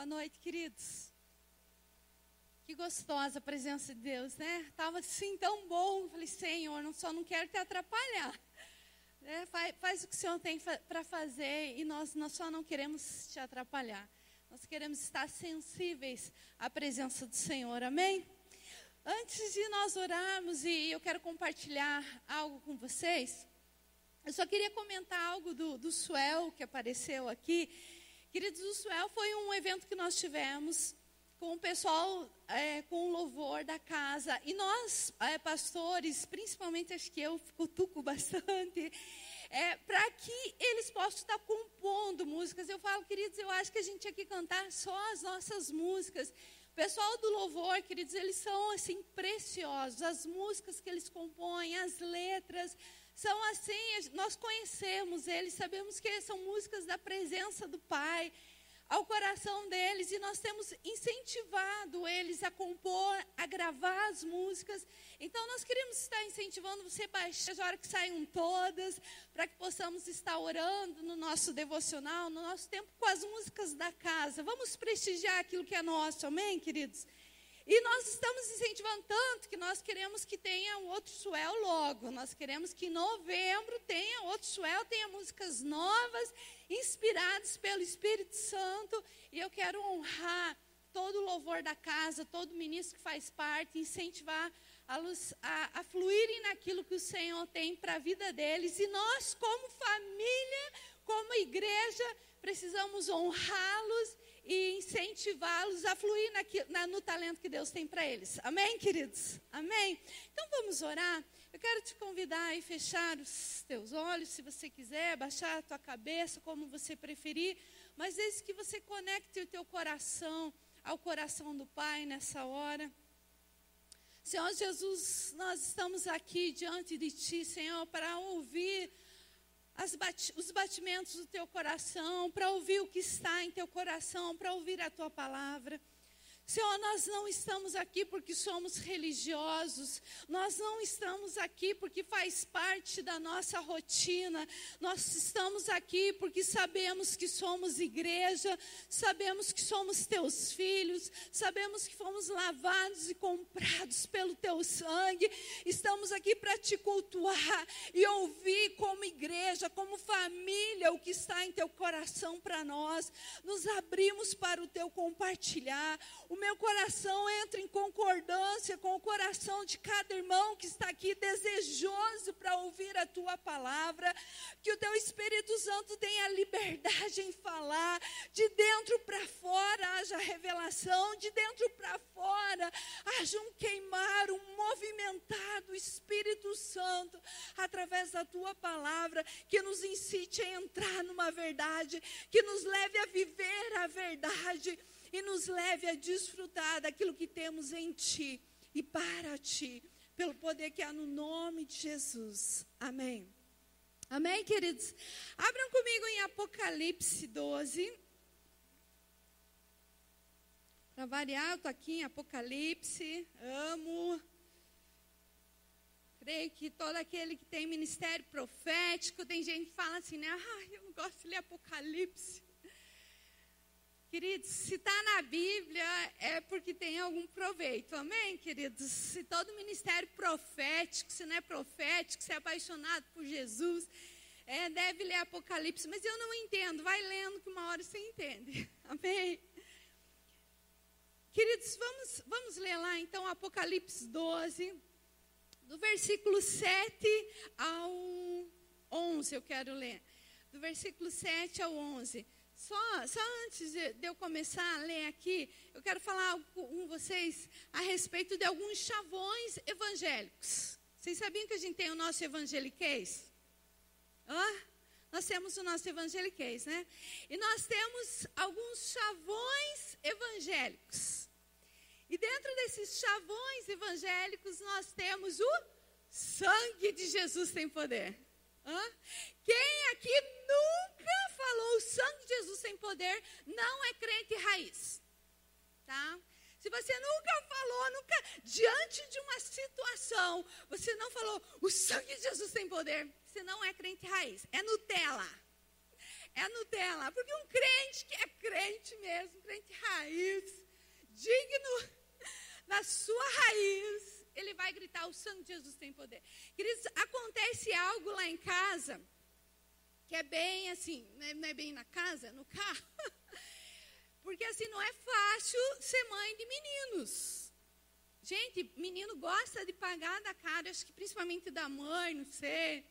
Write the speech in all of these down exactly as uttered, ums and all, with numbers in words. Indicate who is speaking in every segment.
Speaker 1: Boa noite, queridos. Que gostosa a presença de Deus, né? Estava assim tão bom. Falei, Senhor, não, só não quero te atrapalhar. É, faz, faz o que o Senhor tem fa- para fazer e nós, nós só não queremos te atrapalhar. Nós queremos estar sensíveis à presença do Senhor, amém? Antes de nós orarmos, e eu quero compartilhar algo com vocês, eu só queria comentar algo do, do Suel que apareceu aqui. Queridos, o Suel foi um evento que nós tivemos com o pessoal, é, com o louvor da casa. E nós, é, pastores, principalmente acho que eu cutuco bastante, é, para que eles possam estar compondo músicas. Eu falo, queridos, eu acho que a gente tinha que cantar só as nossas músicas. O pessoal do louvor, queridos, eles são assim preciosos. As músicas que eles compõem, as letras, são assim, nós conhecemos eles, sabemos que são músicas da presença do Pai ao coração deles, e nós temos incentivado eles a compor, a gravar as músicas. Então nós queremos estar incentivando você a baixar a hora que saiam todas, para que possamos estar orando no nosso devocional, no nosso tempo com as músicas da casa. Vamos prestigiar aquilo que é nosso, amém, queridos? E nós estamos incentivando tanto que nós queremos que tenha um outro Suel logo. Nós queremos que em novembro tenha outro Suel, tenha músicas novas, inspiradas pelo Espírito Santo. E eu quero honrar todo o louvor da casa, todo ministro que faz parte, incentivar a, luz, a, a fluírem naquilo que o Senhor tem para a vida deles. E nós, como família, como igreja, precisamos honrá-los e incentivá-los a fluir naquilo, na, no talento que Deus tem para eles. Amém, queridos? Amém? Então vamos orar. Eu quero te convidar a fechar os teus olhos, se você quiser, baixar a tua cabeça, como você preferir, mas desde que você conecte o teu coração ao coração do Pai nessa hora. Senhor Jesus, nós estamos aqui diante de Ti, Senhor, para ouvir As bati- os batimentos do teu coração, para ouvir o que está em teu coração, para ouvir a tua palavra. Senhor, nós não estamos aqui porque somos religiosos, nós não estamos aqui porque faz parte da nossa rotina, nós estamos aqui porque sabemos que somos igreja, sabemos que somos teus filhos, sabemos que fomos lavados e comprados pelo teu sangue, estamos aqui para te cultuar e ouvir como igreja, como família, o que está em teu coração para nós. Nos abrimos para o teu compartilhar. O meu coração entra em concordância com o coração de cada irmão que está aqui desejoso para ouvir a tua palavra. Que o teu Espírito Santo tenha liberdade em falar. De dentro para fora haja revelação. De dentro para fora haja um queimar, um movimentar do Espírito Santo através da tua palavra, que nos incite a entrar numa verdade, que nos leve a viver a verdade e nos leve a desfrutar daquilo que temos em Ti e para Ti, pelo poder que há no nome de Jesus. Amém. Amém, queridos? Abram comigo em Apocalipse doze. Para variar, eu estou aqui em Apocalipse, amo. Creio que todo aquele que tem ministério profético, tem gente que fala assim, né? Ah, eu não gosto de ler Apocalipse. Queridos, se está na Bíblia é porque tem algum proveito, amém, queridos? Se todo ministério profético, se não é profético, se é apaixonado por Jesus, é, deve ler Apocalipse, mas eu não entendo, vai lendo que uma hora você entende, amém? Queridos, vamos, vamos ler lá então Apocalipse doze, do versículo sete ao onze, eu quero ler, do versículo sete ao onze. Só, só antes de, de eu começar a ler aqui, eu quero falar algo com vocês a respeito de alguns chavões evangélicos. Vocês sabiam que a gente tem o nosso evangeliquez? Hã? Nós temos o nosso evangeliquez, né? E nós temos alguns chavões evangélicos. E dentro desses chavões evangélicos, nós temos o sangue de Jesus tem poder. Hã? Quem aqui nunca falou o sangue de Jesus tem poder, não é crente raiz, tá? Se você nunca falou, nunca, diante de uma situação, você não falou, o sangue de Jesus tem poder, você não é crente raiz, é Nutella. é Nutella. Porque um crente que é crente mesmo, crente raiz, digno na sua raiz, ele vai gritar, o sangue de Jesus tem poder. Queridos, acontece algo lá em casa, que é bem assim, não é bem na casa, é no carro. Porque assim, não é fácil ser mãe de meninos. Gente, menino gosta de pagar da cara, acho que principalmente da mãe, não sei.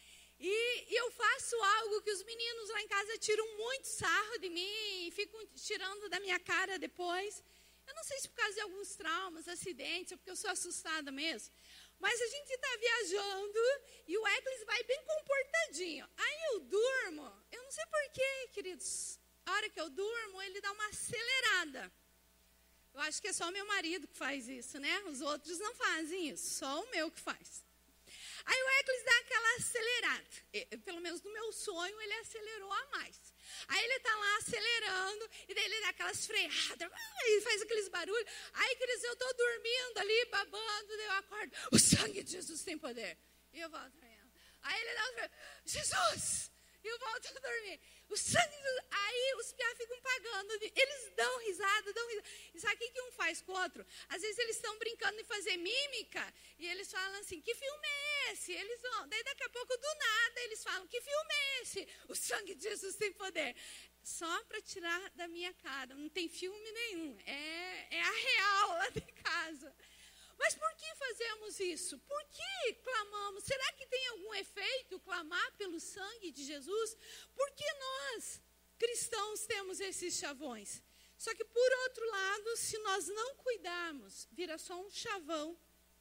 Speaker 1: E, e eu faço algo que os meninos lá em casa tiram muito sarro de mim e ficam tirando da minha cara depois. Eu não sei se por causa de alguns traumas, acidentes, ou porque eu sou assustada mesmo. Mas a gente está viajando e o Eclis vai bem comportadinho. Aí eu durmo, eu não sei porquê, queridos. A hora que eu durmo, ele dá uma acelerada. Eu acho que é só o meu marido que faz isso, né? Os outros não fazem isso, só o meu que faz. Aí o Eclis dá aquela acelerada. Eu, pelo menos no meu sonho, ele acelerou a mais. Aí ele está lá acelerando, e daí ele dá aquelas freadas, e faz aqueles barulhos. Aí, queridos, eu estou dormindo ali, babando, daí eu acordo. O sangue de Jesus tem poder. E eu volto a Aí ele dá os Jesus! E eu volto a dormir. O sangue de Jesus. Aí os piá ficam pagando. Eles dão risada, dão risada. E sabe o que um faz com o outro? Às vezes eles estão brincando de fazer mímica. E eles falam assim, que filme é esse? Eles vão. Daí daqui a pouco, do nada, eles falam, que filme é esse? O sangue de Jesus tem poder. Só para tirar da minha cara. Não tem filme nenhum. É, é a real lá de casa. Mas por que fazemos isso? Por que clamamos? Será que tem algum efeito clamar pelo sangue de Jesus? Por que nós, cristãos, temos esses chavões? Só que, por outro lado, se nós não cuidarmos, vira só um chavão.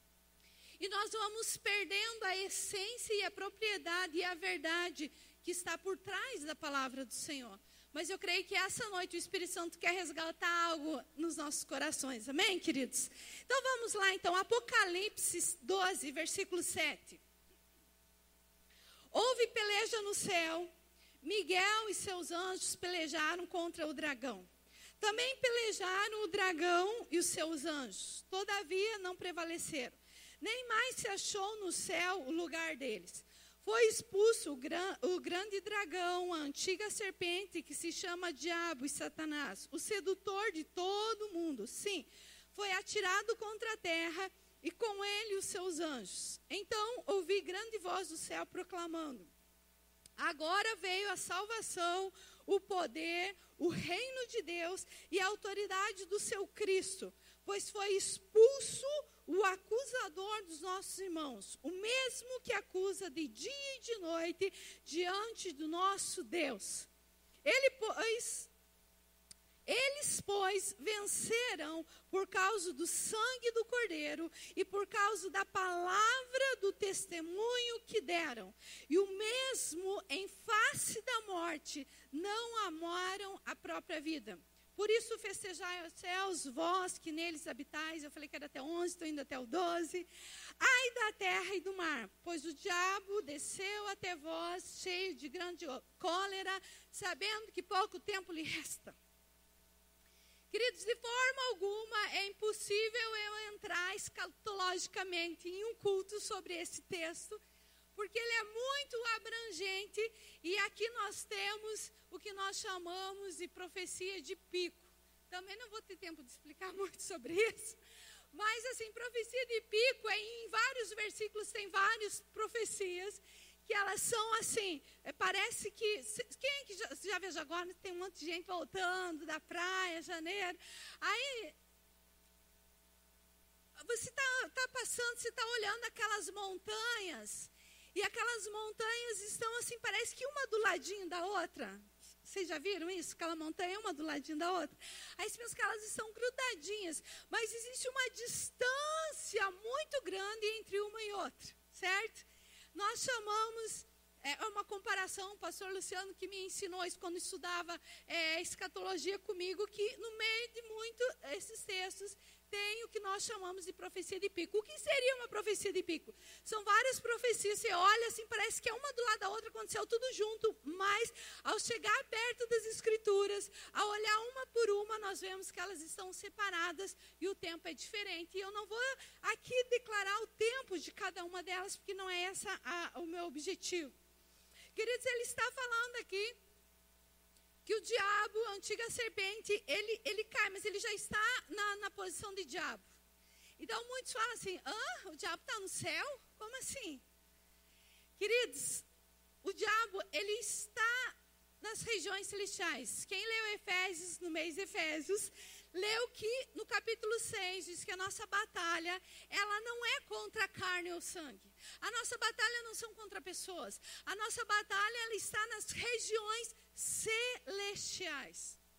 Speaker 1: E nós vamos perdendo a essência e a propriedade e a verdade que está por trás da palavra do Senhor. Mas eu creio que essa noite o Espírito Santo quer resgatar algo nos nossos corações. Amém, queridos? Então vamos lá, então. Apocalipse doze, versículo sete. Houve peleja no céu. Miguel e seus anjos pelejaram contra o dragão. Também pelejaram o dragão e os seus anjos. Todavia não prevaleceram. Nem mais se achou no céu o lugar deles. Foi expulso o, gran, o grande dragão, a antiga serpente, que se chama Diabo e Satanás, o sedutor de todo mundo. Sim, foi atirado contra a terra e com ele os seus anjos. Então ouvi grande voz do céu proclamando: agora veio a salvação, o poder, o reino de Deus e a autoridade do seu Cristo, pois foi expulso o acusador dos nossos irmãos, o mesmo que acusa de dia e de noite diante do nosso Deus. Ele, pois, eles, pois, venceram por causa do sangue do Cordeiro e por causa da palavra do testemunho que deram. E o mesmo em face da morte não amaram a própria vida. Por isso festejai os céus, vós que neles habitais. Eu falei que era até onze, estou indo até o doze. Ai da terra e do mar, pois o diabo desceu até vós, cheio de grande cólera, sabendo que pouco tempo lhe resta. Queridos, de forma alguma é impossível eu entrar escatologicamente em um culto sobre esse texto, porque ele é muito abrangente e aqui nós temos o que nós chamamos de profecia de pico. Também não vou ter tempo de explicar muito sobre isso, mas assim, profecia de pico, é, em vários versículos tem várias profecias que elas são assim, é, parece que, quem é que já, já vejo agora, tem um monte de gente voltando da praia, janeiro, aí você está tá passando, você está olhando aquelas montanhas, e aquelas montanhas estão assim, parece que uma do ladinho da outra. Vocês já viram isso? Aquela montanha, uma do ladinho da outra. Aí você pensa que elas estão grudadinhas, mas existe uma distância muito grande entre uma e outra, certo? Nós chamamos, é uma comparação, o pastor Luciano que me ensinou isso quando estudava é, escatologia comigo, que no meio de muito esses textos tem o que nós chamamos de profecia de pico. O que seria uma profecia de pico? São várias profecias, você olha assim, parece que é uma do lado da outra, aconteceu tudo junto, mas ao chegar perto das escrituras, ao olhar uma por uma, nós vemos que elas estão separadas e o tempo é diferente. E eu não vou aqui declarar o tempo de cada uma delas, porque não é esse o meu objetivo. Queridos, ele está falando aqui que o diabo, a antiga serpente, ele, ele cai, mas ele já está na, na posição de diabo. Então, muitos falam assim, ah, o diabo está no céu? Como assim? Queridos, o diabo, ele está nas regiões celestiais. Quem leu Efésios, no mês de Efésios, leu que no capítulo seis diz que a nossa batalha, ela não é contra a carne ou sangue. A nossa batalha não são contra pessoas. A nossa batalha, ela está nas regiões celestiais.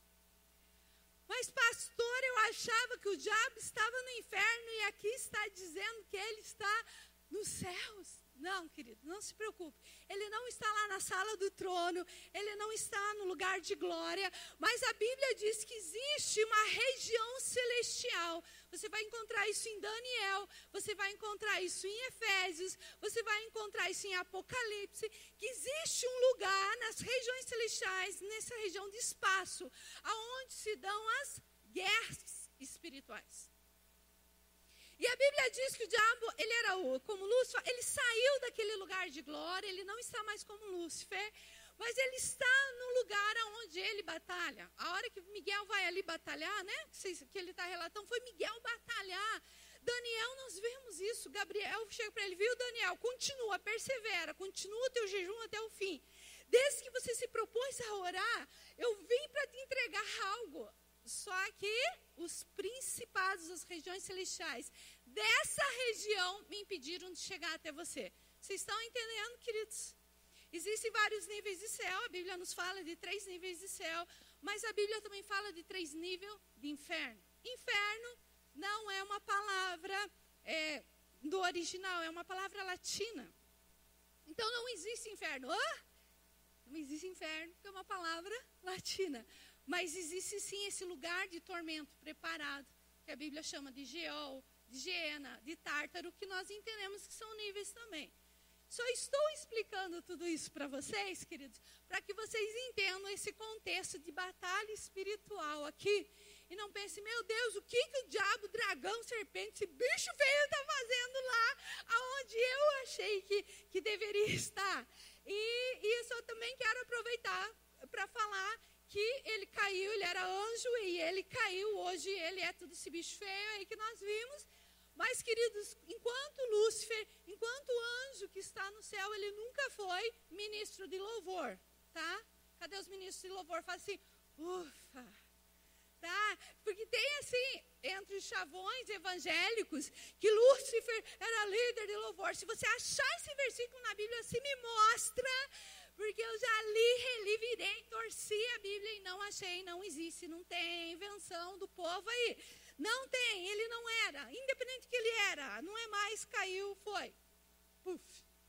Speaker 1: Mas pastor, eu achava que o diabo estava no inferno e aqui está dizendo que ele está nos céus. Não, querido, não se preocupe. Ele não está lá na sala do trono, ele não está no lugar de glória, mas a Bíblia diz que existe uma região celestial. Você vai encontrar isso em Daniel, você vai encontrar isso em Efésios, você vai encontrar isso em Apocalipse, que existe um lugar nas regiões celestiais, nessa região de espaço, aonde se dão as guerras espirituais. E a Bíblia diz que o diabo, ele era como Lúcifer, ele saiu daquele lugar de glória, ele não está mais como Lúcifer, mas ele está no lugar onde ele batalha. A hora que Miguel vai ali batalhar, né, que ele está relatando, foi Miguel batalhar. Daniel, nós vemos isso, Gabriel chega para ele, viu Daniel, continua, persevera, continua o teu jejum até o fim. Desde que você se propôs a orar, eu vim para te entregar algo. Só que os principados, as regiões celestiais dessa região me impediram de chegar até você. Vocês estão entendendo, queridos? Existem vários níveis de céu, a Bíblia nos fala de três níveis de céu, mas a Bíblia também fala de três níveis de inferno. Inferno não é uma palavra é, do original, é uma palavra latina. Então não existe inferno. Hã? Não existe inferno, porque é uma palavra latina. Mas existe sim esse lugar de tormento preparado, que a Bíblia chama de Geol, de Geena, de Tártaro, que nós entendemos que são níveis também. Só estou explicando tudo isso para vocês, queridos, para que vocês entendam esse contexto de batalha espiritual aqui. E não pensem, meu Deus, o que, que o diabo, dragão, serpente, esse bicho feio está fazendo lá, aonde eu achei que, que deveria estar. E, e isso eu também quero aproveitar para falar que ele caiu, ele era anjo e ele caiu, hoje ele é tudo esse bicho feio aí que nós vimos. Mas, queridos, enquanto Lúcifer, enquanto anjo que está no céu, ele nunca foi ministro de louvor, tá? Cadê os ministros de louvor? Fala assim, ufa, tá? Porque tem assim, entre os chavões evangélicos, que Lúcifer era líder de louvor. Se você achar esse versículo na Bíblia, assim me mostra, porque eu já li, reli, virei, torci a Bíblia e não achei, não existe, não tem invenção do povo aí. Não tem, ele não era, independente que ele era, não é mais, caiu, foi. Puf.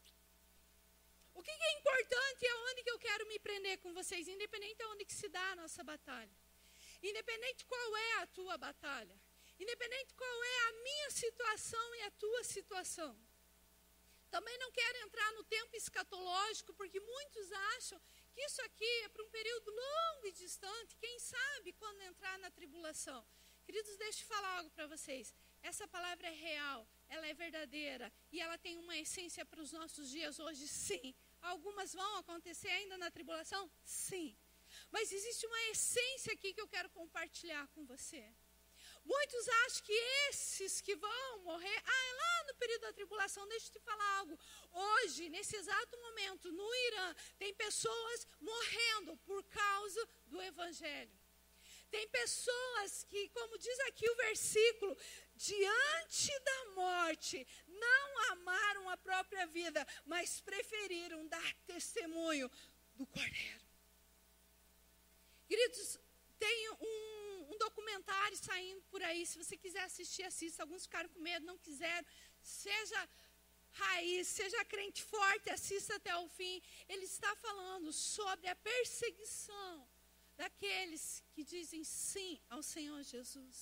Speaker 1: O que, que é importante e aonde que eu quero me prender com vocês, independente de onde que se dá a nossa batalha. Independente qual é a tua batalha, independente qual é a minha situação e a tua situação. Também não quero entrar no tempo escatológico, porque muitos acham que isso aqui é para um período longo e distante, quem sabe quando entrar na tribulação. Queridos, deixa eu falar algo para vocês. Essa palavra é real, ela é verdadeira e ela tem uma essência para os nossos dias hoje, sim. Algumas vão acontecer ainda na tribulação? Sim. Mas existe uma essência aqui que eu quero compartilhar com você. Muitos acham que esses que vão morrer, ah, é lá no período da tribulação, deixa eu te falar algo. Hoje, nesse exato momento, no Irã, tem pessoas morrendo por causa do Evangelho. Tem pessoas que, como diz aqui o versículo, diante da morte, não amaram a própria vida, mas preferiram dar testemunho do Cordeiro. Queridos, tem um, um documentário saindo por aí, se você quiser assistir, assista. Alguns ficaram com medo, não quiseram. Seja raiz, seja crente forte, assista até o fim. Ele está falando sobre a perseguição daqueles que dizem sim ao Senhor Jesus.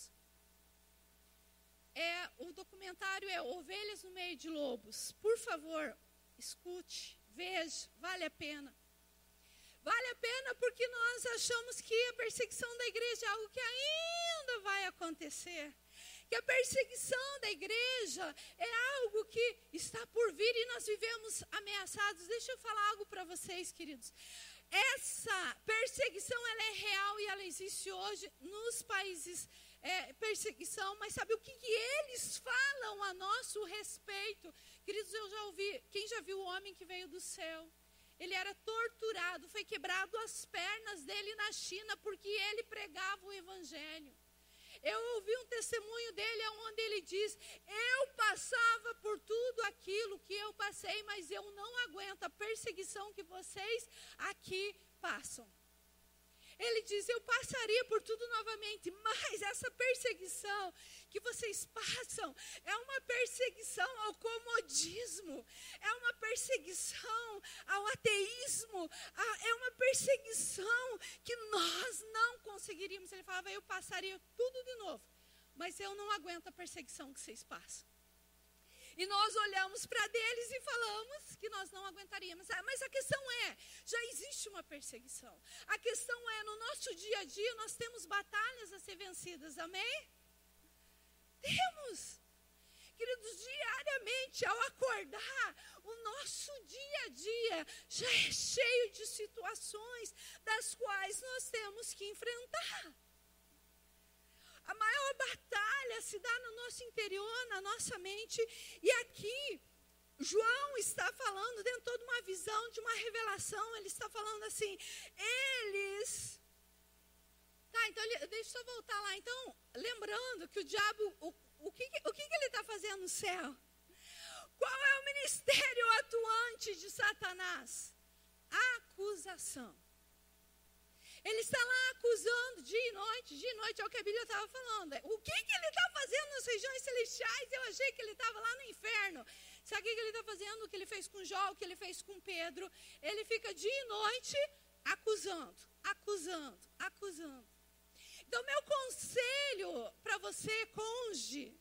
Speaker 1: É, o documentário é Ovelhas no Meio de Lobos. Por favor, escute, veja, vale a pena. Vale a pena porque nós achamos que a perseguição da igreja é algo que ainda vai acontecer. Que a perseguição da igreja é algo que está por vir e nós vivemos ameaçados. Deixa eu falar algo para vocês, queridos. essa perseguição, ela é real e ela existe hoje nos países é, perseguição, mas sabe o que, que eles falam a nosso respeito? Queridos, eu já ouvi, quem já viu o homem que veio do céu? Ele era torturado, foi quebrado as pernas dele na China porque ele pregava o evangelho. Eu ouvi um testemunho dele onde ele diz, eu passava por tudo aquilo que eu passei, mas eu não aguento a perseguição que vocês aqui passam. Ele diz, eu passaria por tudo novamente, mas essa perseguição que vocês passam é uma perseguição ao comodismo, é uma perseguição ao ateísmo, é uma perseguição que nós não conseguiríamos. Ele falava, eu passaria tudo de novo, mas eu não aguento a perseguição que vocês passam. E nós olhamos para deles e falamos que nós não aguentaríamos. Ah, mas a questão é, já existe uma perseguição. A questão é, no nosso dia a dia, nós temos batalhas a ser vencidas, amém? Temos. Queridos, diariamente, ao acordar, o nosso dia a dia já é cheio de situações das quais nós temos que enfrentar. A maior batalha se dá no nosso interior, na nossa mente. E aqui, João está falando dentro de toda uma visão, de uma revelação. Ele está falando assim, eles... Tá, então, ele, deixa eu só voltar lá. Então, lembrando que o diabo, o, o, que, o que, que ele está fazendo no céu? Qual é o ministério atuante de Satanás? Acusação. Ele está lá acusando dia e noite, dia e noite, é o que a Bíblia estava falando. O que, que ele está fazendo nas regiões celestiais? Eu achei que ele estava lá no inferno. Sabe o que, que ele está fazendo? O que ele fez com Jó, o que ele fez com Pedro? Ele fica dia e noite acusando, acusando, acusando. Então, meu conselho para você, cônjuge,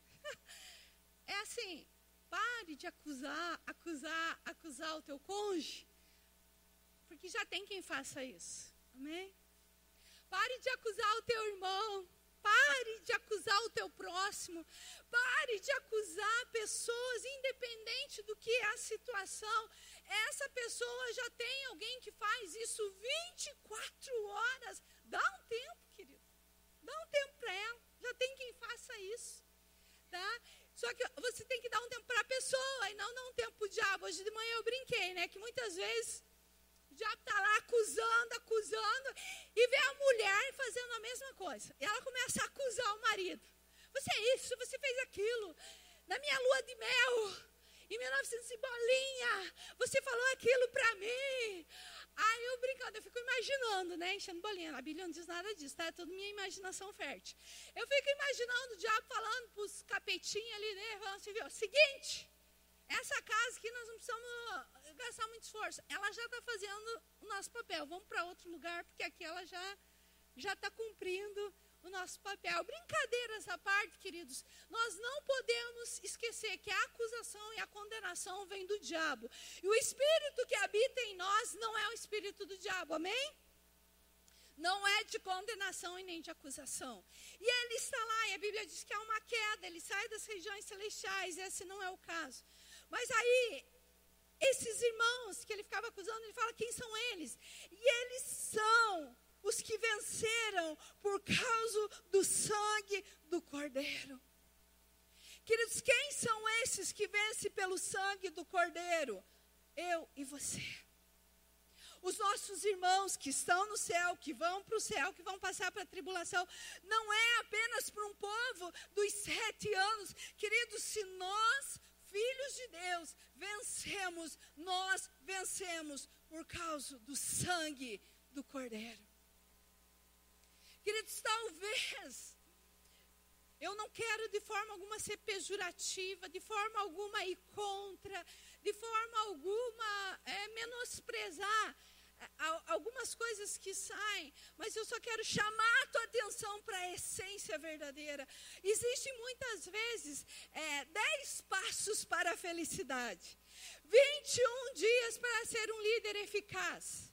Speaker 1: é assim, pare de acusar, acusar, acusar o teu cônjuge, porque já tem quem faça isso, amém? Pare de acusar o teu irmão, pare de acusar o teu próximo, pare de acusar pessoas, independente do que é a situação. Essa pessoa já tem alguém que faz isso vinte e quatro horas. Dá um tempo, querido, dá um tempo para ela, já tem quem faça isso, tá? Só que você tem que dar um tempo para a pessoa e não dar um tempo para o diabo. Hoje de manhã eu brinquei, né, que muitas vezes... O diabo está lá acusando, acusando, e vê a mulher fazendo a mesma coisa. E ela começa a acusar o marido. Você é isso, você fez aquilo. Na minha lua de mel, em mil e novecentos e bolinha, você falou aquilo para mim. Aí eu brincando, eu fico imaginando, né, enchendo bolinha. A Bíblia não diz nada disso, tá? É toda minha imaginação fértil. Eu fico imaginando o diabo falando para os capetinhos ali, né, falando assim, viu, seguinte... Essa casa aqui nós não precisamos gastar muito esforço. Ela já está fazendo o nosso papel. Vamos para outro lugar, porque aqui ela já já está cumprindo o nosso papel. Brincadeiras à parte, queridos. Nós não podemos esquecer que a acusação e a condenação vem do diabo. E o espírito que habita em nós não é o espírito do diabo, amém? Não é de condenação e nem de acusação. E ele está lá, e a Bíblia diz que há uma queda, ele sai das regiões celestiais, esse não é o caso. Mas aí, esses irmãos que ele ficava acusando, ele fala quem são eles. E eles são os que venceram por causa do sangue do Cordeiro. Queridos, quem são esses que vencem pelo sangue do Cordeiro? Eu e você. Os nossos irmãos que estão no céu, que vão para o céu, que vão passar para a tribulação, não é apenas para um povo dos sete anos. Queridos, se nós, filhos de Deus, vencemos, nós vencemos por causa do sangue do Cordeiro. Queridos, talvez, eu não quero de forma alguma ser pejorativa, de forma alguma ir contra, de forma alguma é, menosprezar algumas coisas que saem, mas eu só quero chamar a tua atenção para a essência verdadeira. Existem muitas vezes é, dez passos para a felicidade, vinte e um dias para ser um líder eficaz,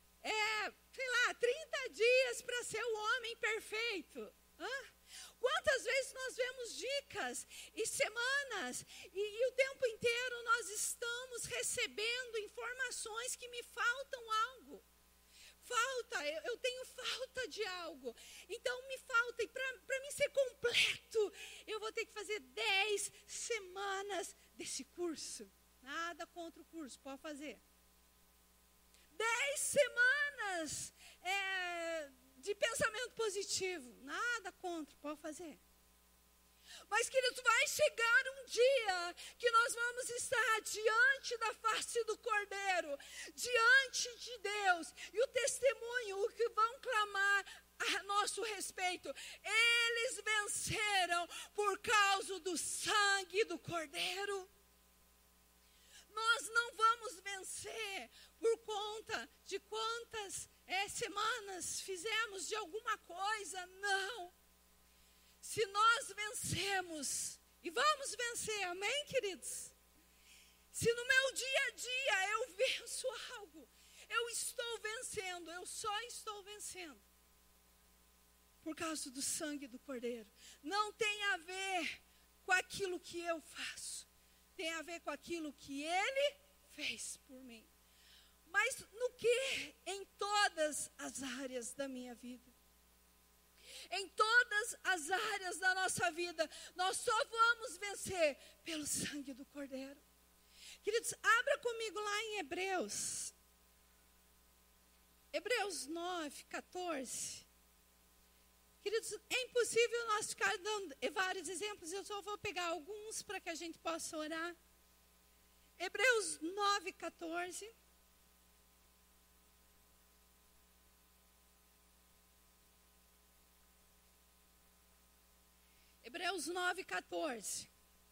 Speaker 1: é, sei lá, trinta dias para ser o homem perfeito. Hã? Quantas
Speaker 2: muitas vezes nós vemos dicas e semanas, e, e o tempo inteiro nós estamos recebendo informações que me faltam algo. Falta, eu, eu tenho falta de algo. Então me falta, e para mim ser completo, eu vou ter que fazer dez semanas desse curso. Nada contra o curso, pode fazer. Dez semanas é, de pensamento positivo. Nada contra, pode fazer. Mas, queridos, vai chegar um dia que nós vamos estar diante da face do Cordeiro, diante de Deus, e o testemunho, o que vão clamar a nosso respeito, eles venceram por causa do sangue do Cordeiro. Nós não vamos vencer por conta de quantas é, semanas fizemos de alguma coisa, não. Se nós vencemos, e vamos vencer, amém, queridos? Se no meu dia a dia eu venço algo, eu estou vencendo, eu só estou vencendo por causa do sangue do Cordeiro. Não tem a ver com aquilo que eu faço, tem a ver com aquilo que Ele fez por mim. Mas no que? Em todas as áreas da minha vida. Em todas as áreas da nossa vida, nós só vamos vencer pelo sangue do Cordeiro. Queridos, abra comigo lá em Hebreus. Hebreus nove, quatorze. Queridos, é impossível nós ficar dando vários exemplos, eu só vou pegar alguns para que a gente possa orar. Hebreus nove, quatorze. Hebreus nove, quatorze.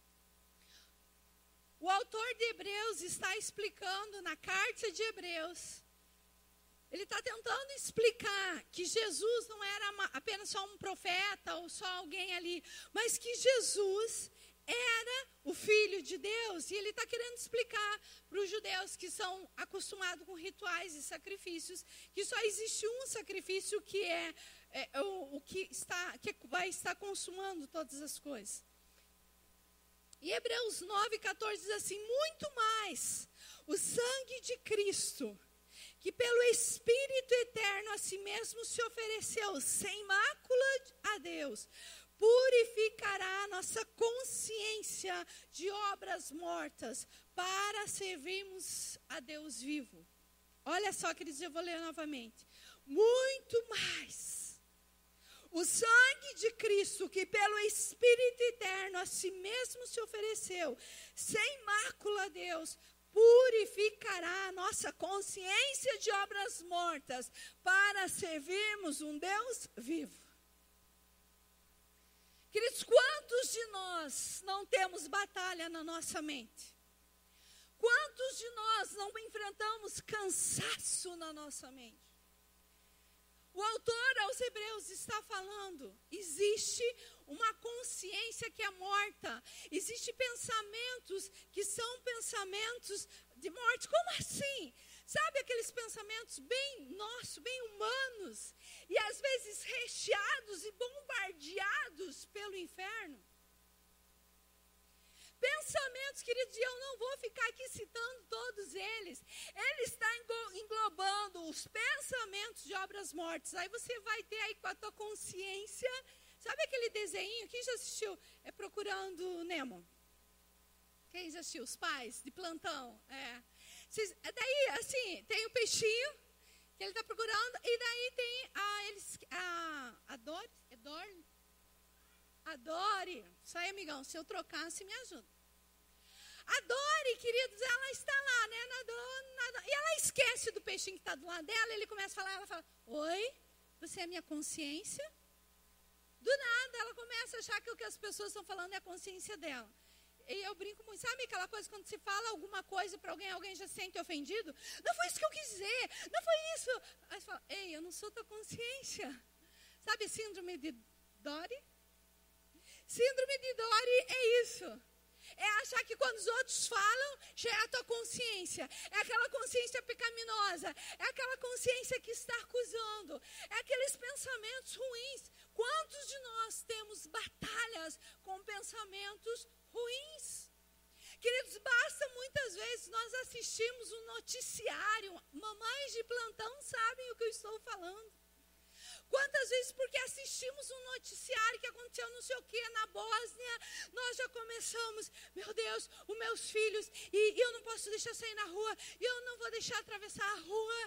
Speaker 2: O autor de Hebreus está explicando na carta de Hebreus, ele está tentando explicar que Jesus não era apenas só um profeta ou só alguém ali, mas que Jesus era o Filho de Deus. E ele está querendo explicar para os judeus que são acostumados com rituais e sacrifícios, que só existe um sacrifício que é, é o, o que, está, que vai estar consumando todas as coisas. E Hebreus nove, quatorze diz assim: muito mais o sangue de Cristo, que pelo Espírito eterno a si mesmo se ofereceu sem mácula a Deus, purificará a nossa consciência de obras mortas para servirmos a Deus vivo. Olha só, queridos, eu vou ler novamente. Muito mais o sangue de Cristo, que pelo Espírito eterno a si mesmo se ofereceu sem mácula a Deus, purificará a nossa consciência de obras mortas para servirmos um Deus vivo. Queridos, quantos de nós não temos batalha na nossa mente? Quantos de nós não enfrentamos cansaço na nossa mente? O autor aos Hebreus está falando, existe uma consciência que é morta, existem pensamentos que são pensamentos de morte. Como assim? Sabe aqueles pensamentos bem nossos, bem humanos, e às vezes recheados e bombardeados pelo inferno? Pensamentos, queridos, e eu não vou ficar aqui citando todos eles. Ele está englobando os pensamentos de obras mortas. Aí você vai ter aí com a tua consciência. Sabe aquele desenho? Quem já assistiu? É Procurando Nemo. Quem já assistiu? Os pais de plantão. É. Cês, daí, assim, tem o peixinho que ele está procurando. E daí tem a, eles, a, a Dory. É Dory? A Dory. Isso aí, amigão. Se eu trocasse, me ajuda. A Dory, queridos, ela está lá, né, nadando, nadando, e ela esquece do peixinho que está do lado dela, ele começa a falar, ela fala, oi, você é minha consciência? Do nada, ela começa a achar que o que as pessoas estão falando é a consciência dela. E eu brinco muito, sabe aquela coisa, quando se fala alguma coisa para alguém, alguém já se sente ofendido? Não foi isso que eu quis dizer, não foi isso. Aí você fala, ei, eu não sou tua consciência. Sabe síndrome de Dory? Síndrome de Dory é isso. É achar que quando os outros falam, já é a tua consciência. É aquela consciência pecaminosa. É aquela consciência que está acusando. É aqueles pensamentos ruins. Quantos de nós temos batalha pensamentos ruins. Queridos, basta muitas vezes nós assistimos um noticiário, mamães de plantão sabem o que eu estou falando. Quantas vezes, porque assistimos um noticiário que aconteceu não sei o que na Bósnia, nós já começamos, meu Deus, os meus filhos, e, e eu não posso deixar sair na rua, e eu não vou deixar atravessar a rua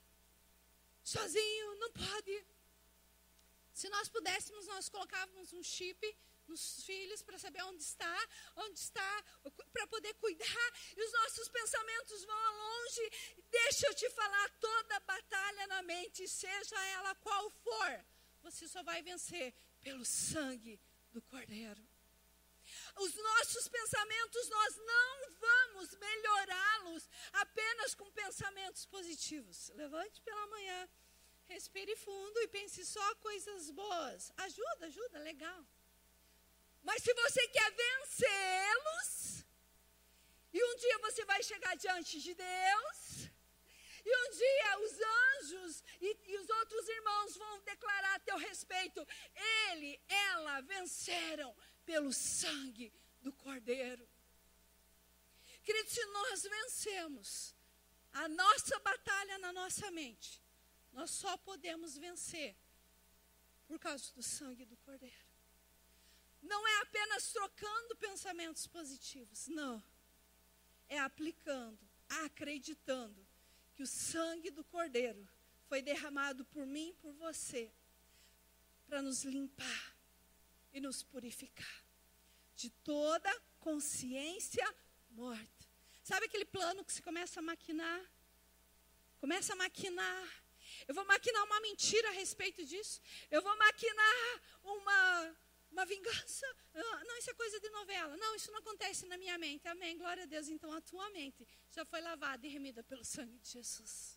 Speaker 2: sozinho, não pode. Se nós pudéssemos, nós colocávamos um chip nos filhos para saber onde está, onde está, para poder cuidar, e os nossos pensamentos vão longe. Deixa eu te falar, toda batalha na mente, seja ela qual for, você só vai vencer pelo sangue do Cordeiro. Os nossos pensamentos, nós não vamos melhorá-los apenas com pensamentos positivos. Levante pela manhã, respire fundo e pense só coisas boas. Ajuda, ajuda, legal. Mas se você quer vencê-los, e um dia você vai chegar diante de Deus, e um dia os anjos e, e os outros irmãos vão declarar a teu respeito, ele, ela venceram pelo sangue do Cordeiro. Queridos, se nós vencemos a nossa batalha na nossa mente, nós só podemos vencer por causa do sangue do Cordeiro. Não é apenas trocando pensamentos positivos, não. É aplicando, acreditando que o sangue do Cordeiro foi derramado por mim e por você, para nos limpar e nos purificar de toda consciência morta. Sabe aquele plano que se começa a maquinar? Começa a maquinar. Eu vou maquinar uma mentira a respeito disso. Eu vou maquinar uma... Uma vingança? Não, isso é coisa de novela. Não, isso não acontece na minha mente. Amém, glória a Deus. Então a tua mente já foi lavada e remida pelo sangue de Jesus.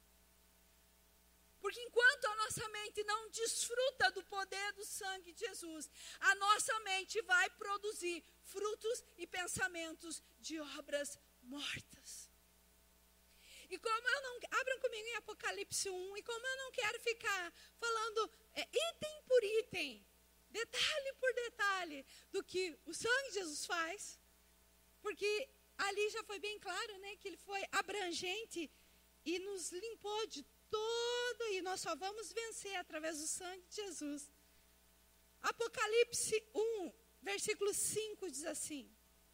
Speaker 2: Porque enquanto a nossa mente não desfruta do poder do sangue de Jesus, a nossa mente vai produzir frutos e pensamentos de obras mortas. E como eu não... Abram comigo em Apocalipse um. E como eu não quero ficar falando é, item por item, detalhe por detalhe, do que o sangue de Jesus faz, porque ali já foi bem claro, né, que ele foi abrangente e nos limpou de todo, e nós só vamos vencer através do sangue de Jesus. Apocalipse um, versículo cinco diz assim.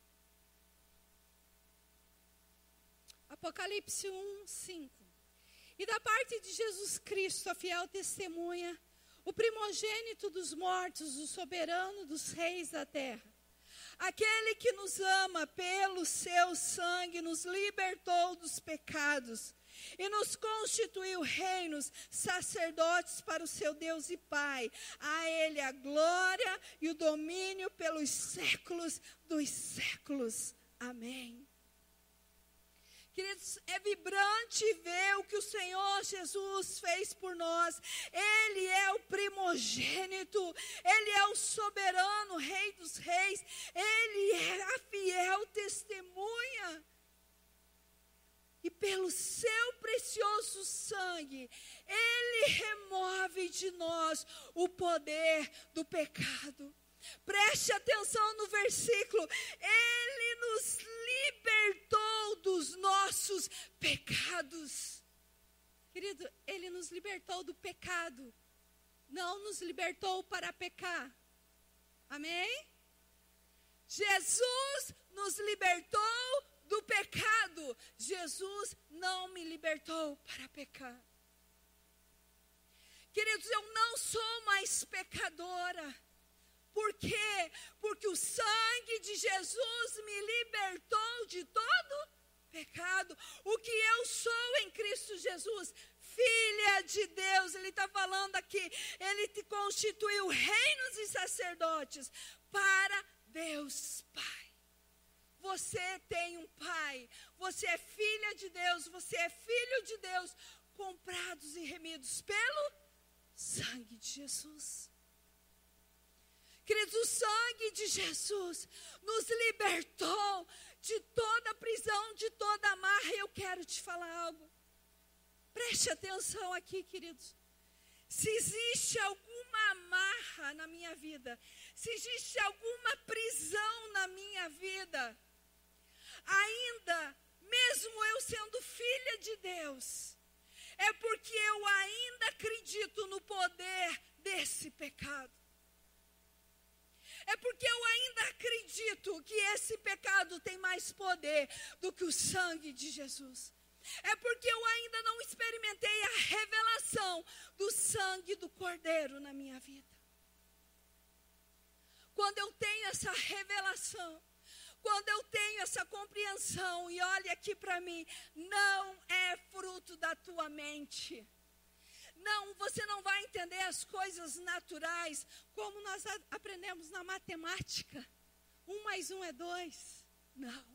Speaker 2: Apocalipse um, cinco. E da parte de Jesus Cristo, a fiel testemunha, o primogênito dos mortos, o soberano dos reis da terra, aquele que nos ama pelo seu sangue, nos libertou dos pecados e nos constituiu reinos, sacerdotes para o seu Deus e Pai. A ele a glória e o domínio pelos séculos dos séculos. Amém. Queridos, é vibrante ver o que o Senhor Jesus fez por nós. Ele é o primogênito, Ele é o soberano, Rei dos reis, Ele é a fiel testemunha. E pelo seu precioso sangue, Ele remove de nós o poder do pecado. Preste atenção no versículo. Ele nos libertou dos nossos pecados. Querido, Ele nos libertou do pecado. Não nos libertou para pecar. Amém? Jesus nos libertou do pecado. Jesus não me libertou para pecar. Queridos, eu não sou mais pecadora. Por quê? Porque o sangue de Jesus me libertou de todo pecado. O que eu sou em Cristo Jesus, filha de Deus, Ele está falando aqui, Ele te constituiu reinos e sacerdotes para Deus Pai. Você tem um Pai, você é filha de Deus, você é filho de Deus, comprados e remidos pelo sangue de Jesus. Queridos, o sangue de Jesus nos libertou de toda prisão, de toda amarra. E eu quero te falar algo. Preste atenção aqui, queridos. Se existe alguma amarra na minha vida, se existe alguma prisão na minha vida, ainda, mesmo eu sendo filha de Deus, é porque eu ainda acredito no poder desse pecado. É porque eu ainda acredito que esse pecado tem mais poder do que o sangue de Jesus. É porque eu ainda não experimentei a revelação do sangue do Cordeiro na minha vida. Quando eu tenho essa revelação, quando eu tenho essa compreensão, e olha aqui para mim, não é fruto da tua mente. Não, você não vai entender as coisas naturais como nós a- aprendemos na matemática. Um mais um é dois. Não.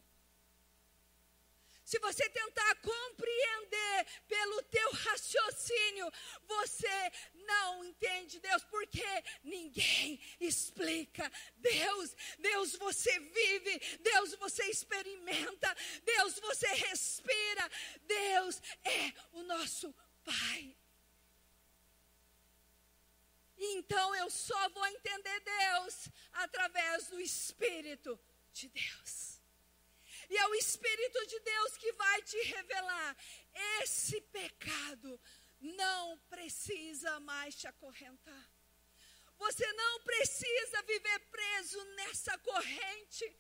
Speaker 2: Se você tentar compreender pelo teu raciocínio, você não entende Deus, porque ninguém explica Deus. Deus você vive, Deus você experimenta, Deus você respira. Deus é o nosso Pai. Então eu só vou entender Deus através do Espírito de Deus. E é o Espírito de Deus que vai te revelar. Esse pecado não precisa mais te acorrentar. Você não precisa viver preso nessa corrente.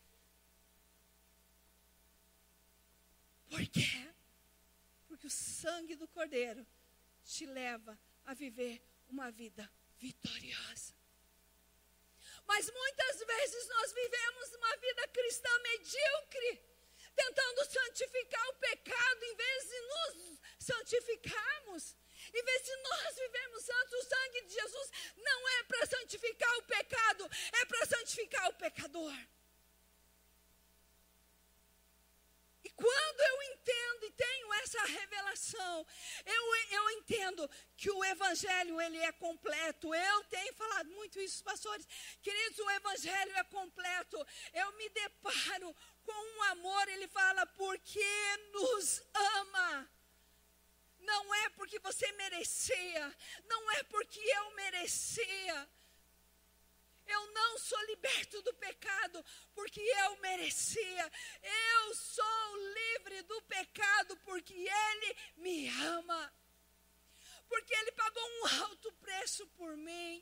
Speaker 2: Por quê? Porque o sangue do Cordeiro te leva a viver uma vida vitoriosa. Mas muitas vezes nós vivemos uma vida cristã medíocre, tentando santificar o pecado em vez de nos santificarmos. Em vez de nós vivermos santos, o sangue de Jesus não é para santificar o pecado, é para santificar o pecador. E quando eu entendo e tenho essa revelação, eu, eu entendo que o Evangelho ele é completo. Eu tenho falado muito isso, pastores. Queridos, o Evangelho é completo. Eu me deparo com um amor, ele fala, porque nos ama. Não é porque você merecia, não é porque eu merecia. Eu não sou liberto do pecado porque eu merecia. Eu sou livre do pecado porque Ele me ama. Porque Ele pagou um alto preço por mim.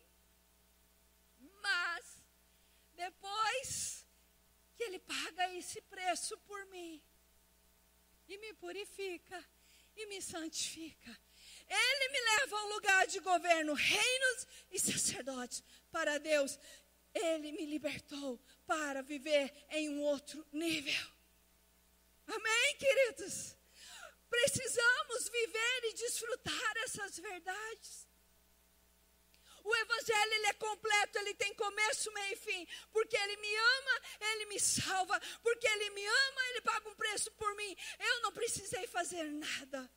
Speaker 2: Mas, depois que Ele paga esse preço por mim, e me purifica, e me santifica, Ele me leva ao lugar de governo, reinos e sacerdotes para Deus. Ele me libertou para viver em um outro nível. Amém, queridos? Precisamos viver e desfrutar essas verdades. O Evangelho ele é completo, ele tem começo, meio e fim. Porque Ele me ama, Ele me salva. Porque Ele me ama, Ele paga um preço por mim. Eu não precisei fazer nada.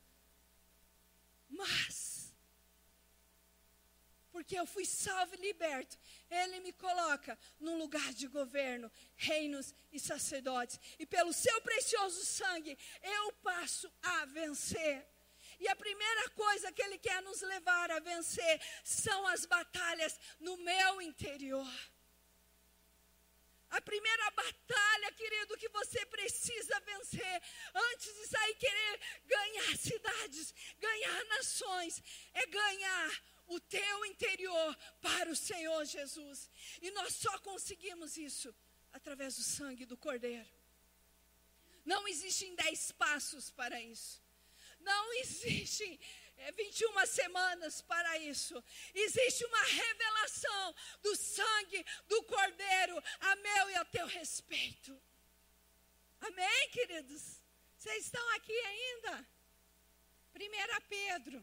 Speaker 2: Mas, porque eu fui salvo e liberto, Ele me coloca num lugar de governo, reinos e sacerdotes. E pelo seu precioso sangue, eu passo a vencer. E a primeira coisa que Ele quer nos levar a vencer são as batalhas no meu interior. A primeira batalha, querido, que você precisa vencer antes de sair querer ganhar cidades, ganhar nações, é ganhar o teu interior para o Senhor Jesus. E nós só conseguimos isso através do sangue do Cordeiro. Não existem dez passos para isso. Não existem é, vinte e uma semanas para isso. Existe uma revelação do sangue do Cordeiro a meu e a teu respeito. Amém, queridos? Vocês estão aqui ainda? primeira Pedro.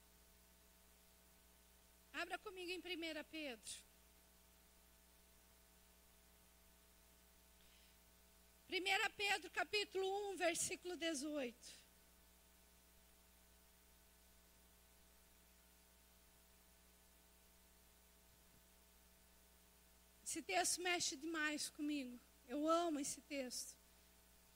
Speaker 2: Abra comigo em primeira Pedro. primeira Pedro, capítulo um, versículo dezoito. Esse texto mexe demais comigo. Eu amo esse texto.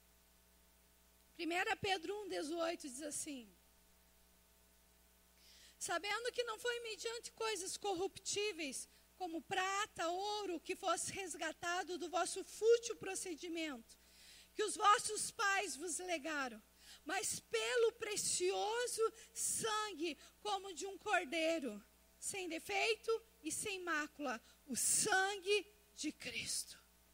Speaker 2: primeira Pedro um, dezoito diz assim: sabendo que não foi mediante coisas corruptíveis, como prata, ouro, que fosse resgatado do vosso fútil procedimento, que os vossos pais vos legaram, mas pelo precioso sangue, como de um cordeiro, sem defeito e sem mácula, o sangue de Cristo.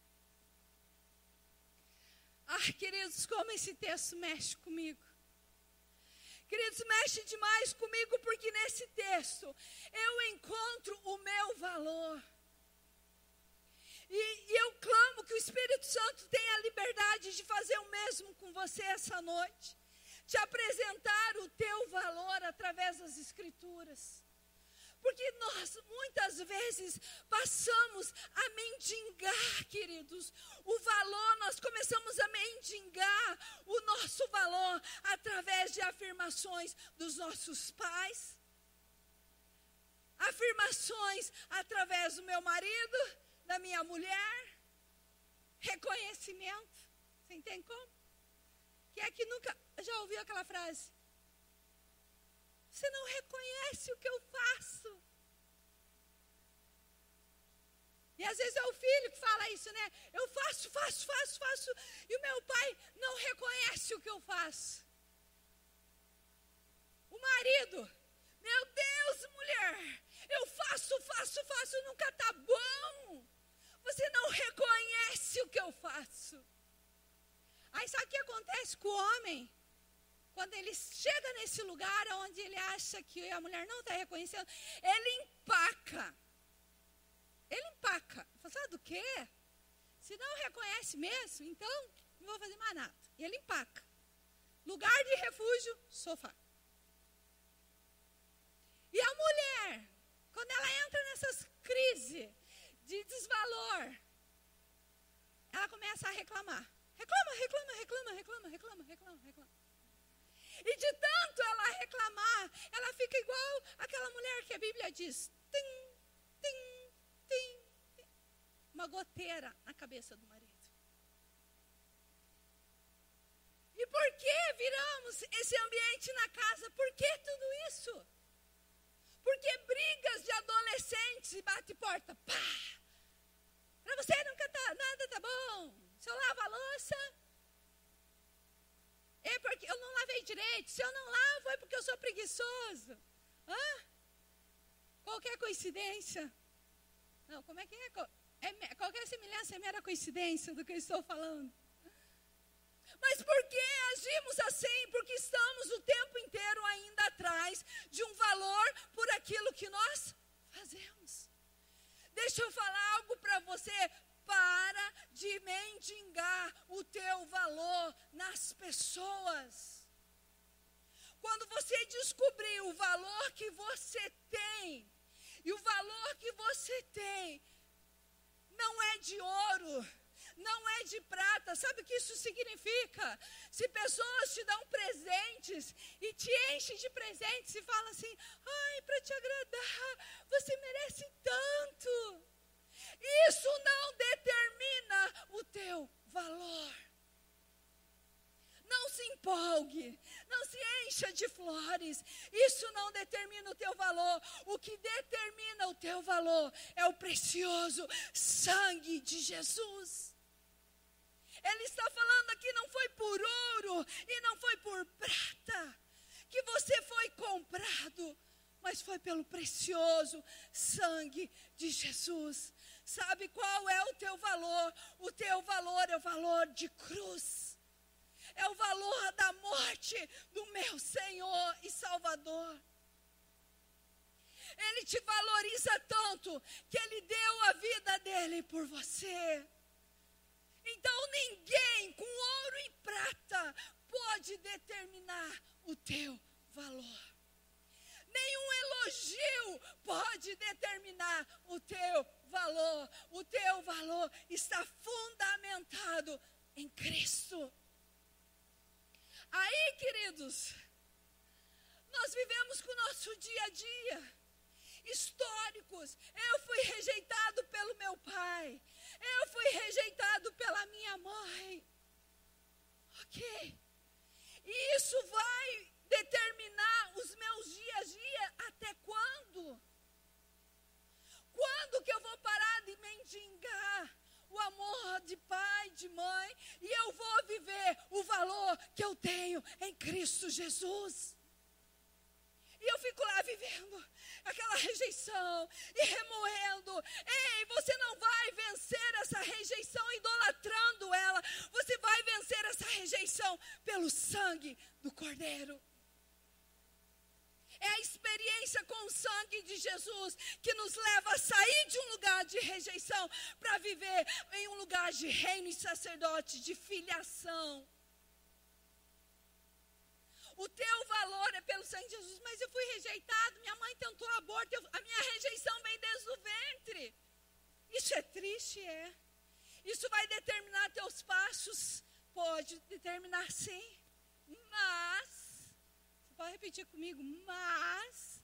Speaker 2: Ah, queridos, como esse texto mexe comigo. Queridos, mexe demais comigo, porque nesse texto eu encontro o meu valor. E, e eu clamo que o Espírito Santo tenha a liberdade de fazer o mesmo com você essa noite. Te apresentar o teu valor através das Escrituras. Porque nós, muitas vezes, passamos a mendigar, queridos, o valor, nós começamos a mendigar o nosso valor através de afirmações dos nossos pais, afirmações através do meu marido, da minha mulher, reconhecimento. Você entende como? Quem é que nunca já ouviu aquela frase? Você não reconhece o que eu faço. E às vezes é o filho que fala isso, né? Eu faço, faço, faço, faço. E o meu pai não reconhece o que eu faço. O marido, meu Deus, mulher, eu faço, faço, faço, nunca tá bom. Você não reconhece o que eu faço. Aí sabe o que acontece com o homem? Quando ele chega nesse lugar onde ele acha que a mulher não está reconhecendo, ele empaca. Ele empaca. Fala, sabe do quê? Se não reconhece mesmo, então não vou fazer mais nada. E ele empaca. Lugar de refúgio, sofá. E a mulher, quando ela entra nessas crises de desvalor, ela começa a reclamar. Reclama, reclama, reclama, reclama, reclama, reclama, reclama. E de tanto ela reclamar, ela fica igual aquela mulher que a Bíblia diz, tim, tim, tim, tim, uma goteira na cabeça do marido. E por que viramos esse ambiente na casa? Por que tudo isso? Porque brigas de adolescentes e bate porta, pá! Para você nunca tá, nada tá bom. Se eu lavo a louça, é porque eu não lavei direito. Se eu não lavo, é porque eu sou preguiçoso. Hã? Qualquer coincidência. Não, como é que é? é? Qualquer semelhança é mera coincidência do que eu estou falando. Mas por que agimos assim? Porque estamos o tempo inteiro ainda atrás de um valor por aquilo que nós fazemos. Deixa eu falar algo para você. Para de mendigar o teu valor nas pessoas. Quando você descobrir o valor que você tem, e o valor que você tem não é de ouro, não é de prata. Sabe o que isso significa? Se pessoas te dão presentes e te enchem de presentes e falam assim, ai, para te agradar, você merece tanto. Isso não determina o teu valor. Não se empolgue, não se encha de flores. Isso não determina o teu valor. O que determina o teu valor é o precioso sangue de Jesus. Ele está falando aqui, não foi por ouro e não foi por prata que você foi comprado, mas foi pelo precioso sangue de Jesus. Sabe qual é o teu valor? O teu valor é o valor de cruz. É o valor da morte do meu Senhor e Salvador. Ele te valoriza tanto que Ele deu a vida dele por você. Então ninguém com ouro e prata pode determinar o teu valor. Nenhum elogio pode determinar o teu valor. O teu valor está fundamentado em Cristo. Aí, queridos, nós vivemos com o nosso dia a dia, históricos. Eu fui rejeitado pelo meu pai. Eu fui rejeitado pela minha mãe. Ok. E isso vai determinar os meus dias a dia até mendigar o amor de pai, de mãe, e eu vou viver o valor que eu tenho em Cristo Jesus. E eu fico lá vivendo aquela rejeição e remoendo. Ei, você não vai vencer essa rejeição idolatrando ela. Você vai vencer essa rejeição pelo sangue do Cordeiro. É a experiência com o sangue de Jesus que nos leva a sair de um lugar de rejeição para viver em um lugar de reino e sacerdote, de filiação. O teu valor é pelo sangue de Jesus, mas eu fui rejeitado, minha mãe tentou aborto, eu, a minha rejeição vem desde o ventre. Isso é triste, é. Isso vai determinar teus passos? Pode determinar sim, mas, você pode repetir comigo, mas,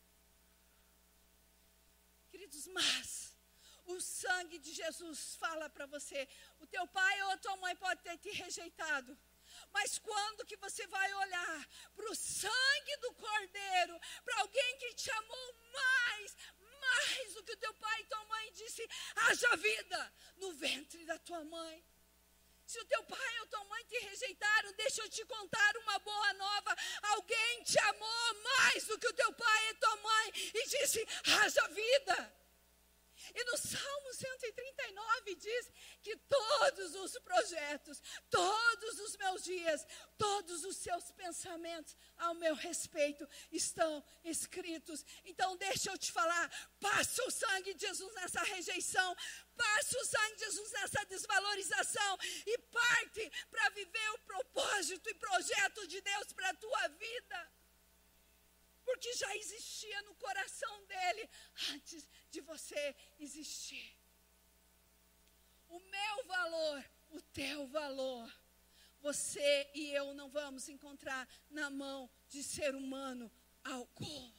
Speaker 2: queridos, mas, o sangue de Jesus fala para você, o teu pai ou a tua mãe pode ter te rejeitado, mas quando que você vai olhar para o sangue do Cordeiro, para alguém que te amou mais, mais do que o teu pai e tua mãe disse, haja vida no ventre da tua mãe. Se o teu pai ou tua mãe te rejeitaram, deixa eu te contar uma boa nova. Alguém te amou mais do que o teu pai e tua mãe e disse, haja vida. E no Salmo cento e trinta e nove diz que todos os projetos, todos os meus dias, todos os seus pensamentos ao meu respeito estão escritos. Então deixa eu te falar, passa o sangue de Jesus nessa rejeição, passa o sangue de Jesus nessa desvalorização e parte para viver o propósito e projeto de Deus para a tua vida. Porque já existia no coração dele antes de você existir. O meu valor, o teu valor, você e eu não vamos encontrar na mão de ser humano algum.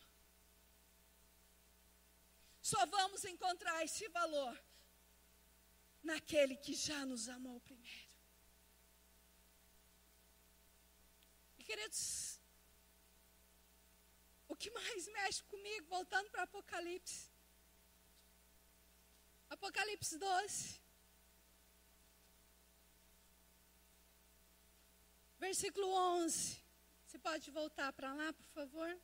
Speaker 2: Só vamos encontrar esse valor naquele que já nos amou primeiro. E queridos, o que mais mexe comigo, voltando para Apocalipse. Apocalipse doze. Versículo onze. Você pode voltar para lá, por favor?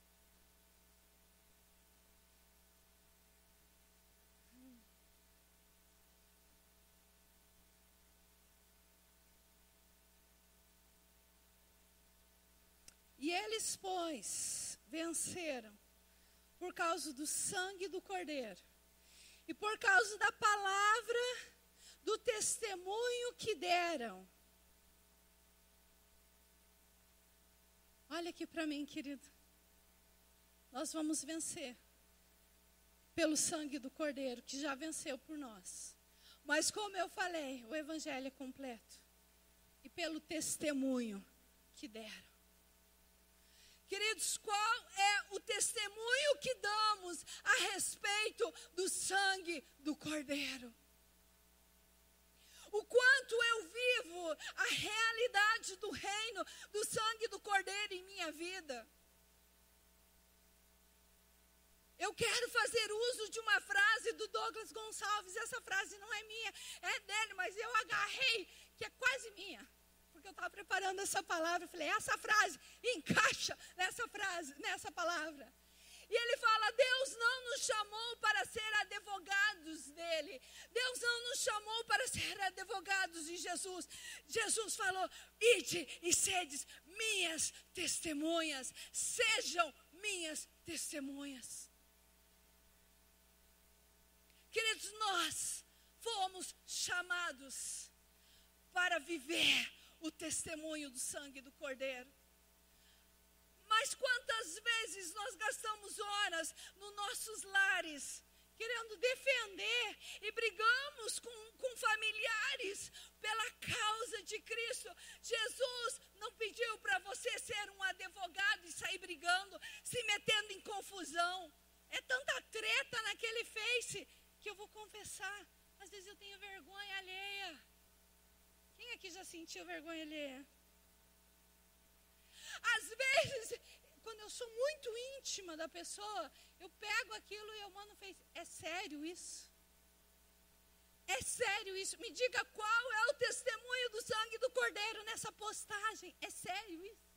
Speaker 2: E eles, pois, venceram por causa do sangue do Cordeiro e por causa da palavra do testemunho que deram. Olha aqui para mim, querido. Nós vamos vencer pelo sangue do Cordeiro, que já venceu por nós. Mas como eu falei, o evangelho é completo. E pelo testemunho que deram. Queridos, qual é o testemunho que damos a respeito do sangue do Cordeiro? O quanto eu vivo a realidade do reino, do sangue do Cordeiro em minha vida. Eu quero fazer uso de uma frase do Douglas Gonçalves. Essa frase não é minha, é dele, mas eu agarrei, que é quase minha. Porque eu estava preparando essa palavra, eu falei, essa frase encaixa nessa frase, nessa palavra. E ele fala, Deus não nos chamou para ser advogados dele. Deus não nos chamou para ser advogados de Jesus. Jesus falou, ide e sedes minhas testemunhas. Sejam minhas testemunhas. Queridos, nós fomos chamados para viver o testemunho do sangue do Cordeiro. Mas quantas vezes nós gastamos horas nos nossos lares, querendo defender e brigamos com, com familiares pela causa de Cristo. Jesus não pediu para você ser um advogado e sair brigando, se metendo em confusão. É tanta treta naquele Face que eu vou confessar, às vezes eu tenho vergonha alheia. Quem aqui já sentiu vergonha alheia? Às vezes, quando eu sou muito íntima da pessoa, eu pego aquilo e eu mando no Face. É sério isso? É sério isso? Me diga qual é o testemunho do sangue do Cordeiro nessa postagem. É sério isso?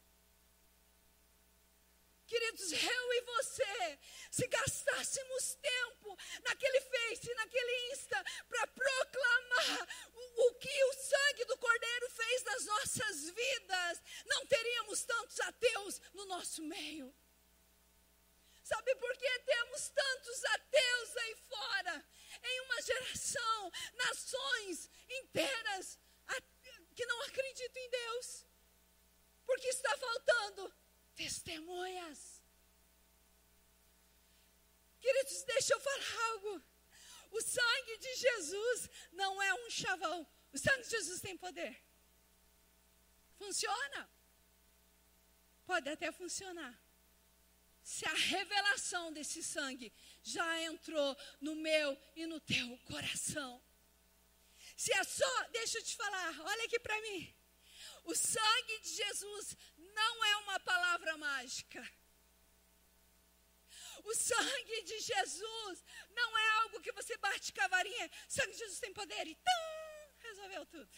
Speaker 2: Queridos, eu e você, se gastássemos tempo naquele Face, naquele Insta, para proclamar o, o que o sangue do Cordeiro fez nas nossas vidas, não teríamos tantos ateus no nosso meio. Sabe por que temos tantos ateus aí fora? Em uma geração, nações inteiras que não acreditam em Deus. Porque está faltando testemunhas. Queridos, deixa eu falar algo. O sangue de Jesus não é um chavão. O sangue de Jesus tem poder. Funciona? Pode até funcionar. Se a revelação desse sangue já entrou no meu e no teu coração. Se é só, deixa eu te falar, olha aqui para mim. O sangue de Jesus não é uma palavra mágica. O sangue de Jesus não é algo que você bate cavarinha. O sangue de Jesus tem poder e tum, resolveu tudo.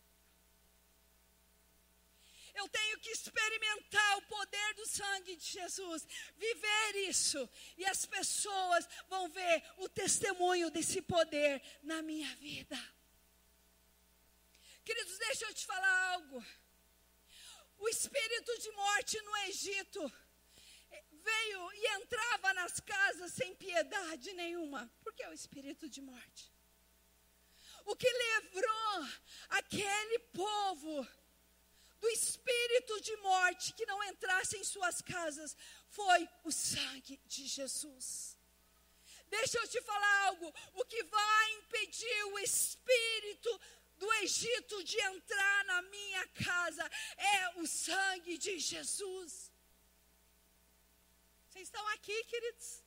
Speaker 2: Eu tenho que experimentar o poder do sangue de Jesus, viver isso. E as pessoas vão ver o testemunho desse poder na minha vida. Queridos, deixa eu te falar algo. O espírito de morte no Egito veio e entrava nas casas sem piedade nenhuma. Por que o espírito de morte? O que livrou aquele povo do espírito de morte que não entrasse em suas casas foi o sangue de Jesus. Deixa eu te falar algo. O que vai impedir o espírito do Egito de entrar na minha casa é o sangue de Jesus. Vocês estão aqui, queridos?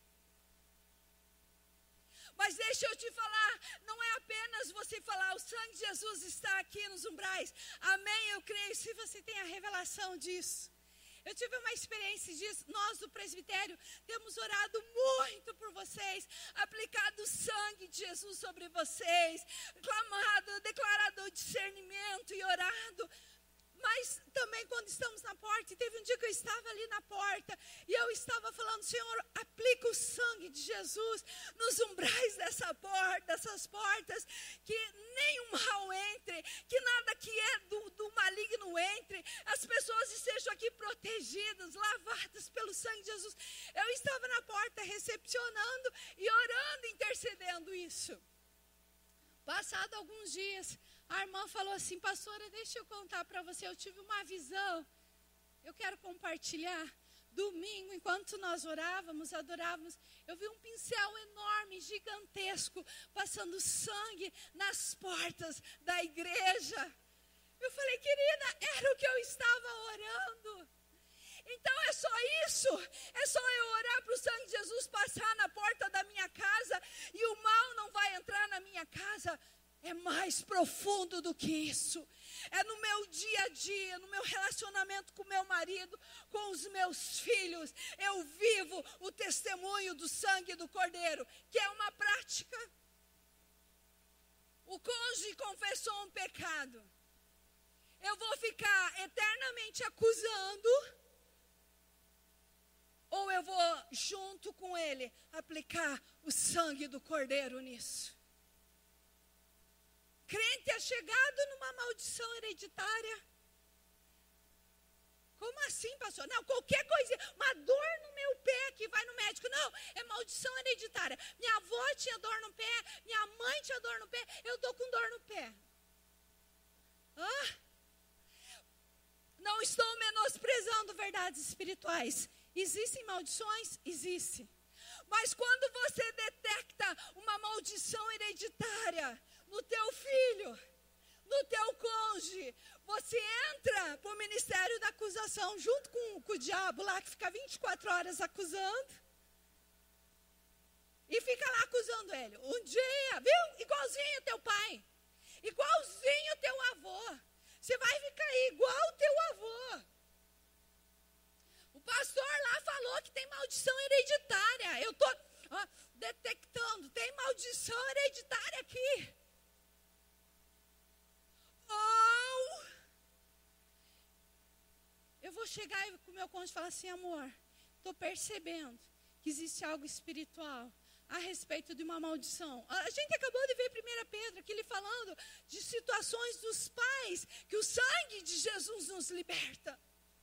Speaker 2: Mas deixa eu te falar, não é apenas você falar, o sangue de Jesus está aqui nos umbrais. Amém, eu creio, se você tem a revelação disso. Eu tive uma experiência disso, nós do presbitério temos orado muito por vocês, aplicado o sangue de Jesus sobre vocês, clamado, declarado o discernimento e orado. Mas também quando estamos na porta, e teve um dia que eu estava ali na porta, e eu estava falando, Senhor, aplica o sangue de Jesus nos umbrais dessa porta, dessas portas, que nenhum mal entre, que nada que é do, do maligno entre, as pessoas estejam aqui protegidas, lavadas pelo sangue de Jesus. Eu estava na porta recepcionando e orando, intercedendo isso. Passado alguns dias, a irmã falou assim, pastora, deixa eu contar para você, eu tive uma visão, eu quero compartilhar. Domingo, enquanto nós orávamos, adorávamos, eu vi um pincel enorme, gigantesco, passando sangue nas portas da igreja. Eu falei, querida, era o que eu estava orando. Então é só isso, é só eu orar para o sangue de Jesus passar na porta da minha casa e o mal não vai entrar na minha casa. É mais profundo do que isso. É no meu dia a dia, no meu relacionamento com meu marido, com os meus filhos. Eu vivo o testemunho do sangue do Cordeiro, que é uma prática. O cônjuge confessou um pecado. Eu vou ficar eternamente acusando, ou eu vou junto com ele aplicar o sangue do Cordeiro nisso? Crente é chegado numa maldição hereditária. Como assim, pastor? Não, qualquer coisa, uma dor no meu pé que vai no médico. Não, é maldição hereditária. Minha avó tinha dor no pé, minha mãe tinha dor no pé, eu estou com dor no pé. Ah? Não estou menosprezando verdades espirituais. Existem maldições? Existe. Mas quando você detecta uma maldição hereditária no teu filho, no teu cônjuge, você entra para o ministério da acusação junto com, com o diabo lá que fica vinte e quatro horas acusando. E fica lá acusando ele. Um dia, viu? Igualzinho teu pai. Igualzinho teu avô. Você vai ficar igual teu avô. O pastor lá falou que tem maldição hereditária. Eu tô, ó, detectando, tem maldição hereditária aqui. Ou eu vou chegar com o meu cônjuge e falar assim, amor, estou percebendo que existe algo espiritual a respeito de uma maldição. A gente acabou de ver primeira Pedro, aqui ele falando de situações dos pais, que o sangue de Jesus nos liberta.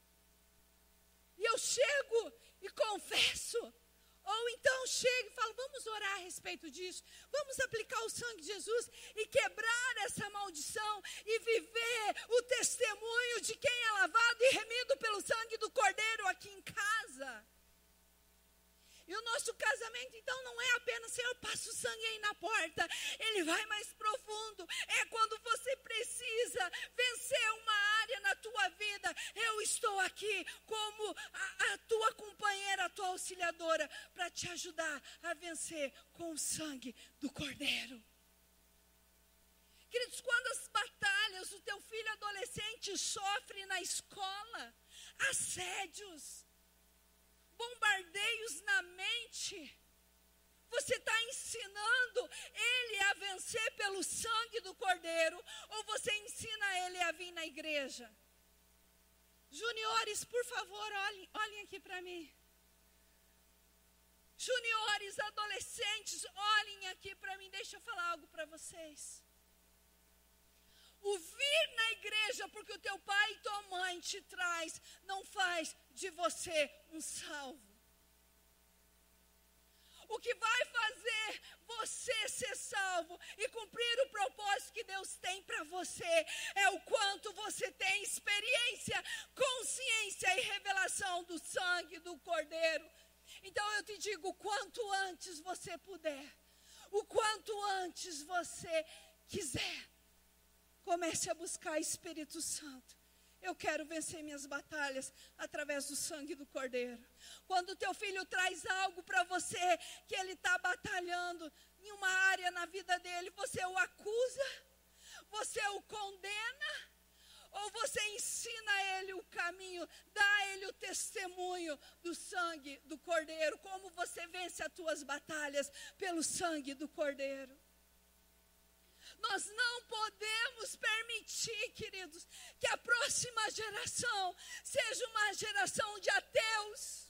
Speaker 2: E eu chego e confesso. Ou então chego e falo, vamos orar a respeito disso. Vamos aplicar o sangue de Jesus e quebrar essa maldição e viver o testemunho de quem é lavado e remido pelo sangue do Cordeiro aqui em casa. E o nosso casamento, então, não é apenas, Senhor, passa o sangue aí na porta. Ele vai mais profundo. É quando você precisa vencer uma área na tua vida. Eu estou aqui como a, a tua companheira, a tua auxiliadora, para te ajudar a vencer com o sangue do Cordeiro. Queridos, quando as batalhas o teu filho adolescente sofre na escola, assédios, bombardeios na mente, você está ensinando ele a vencer pelo sangue do Cordeiro, ou você ensina ele a vir na igreja? Juniores, por favor, olhem, olhem aqui para mim. Juniores, adolescentes, olhem aqui para mim, deixa eu falar algo para vocês. O vir na igreja porque o teu pai e tua mãe te traz, não faz de você um salvo. O que vai fazer você ser salvo e cumprir o propósito que Deus tem para você é o quanto você tem experiência, consciência e revelação do sangue do Cordeiro. Então eu te digo, o quanto antes você puder, o quanto antes você quiser, comece a buscar Espírito Santo. Eu quero vencer minhas batalhas através do sangue do Cordeiro. Quando o teu filho traz algo para você que ele está batalhando em uma área na vida dele, você o acusa, você o condena, ou você ensina a ele o caminho, dá a ele o testemunho do sangue do Cordeiro, como você vence as tuas batalhas pelo sangue do Cordeiro. Nós não podemos permitir, queridos, que a próxima geração seja uma geração de ateus.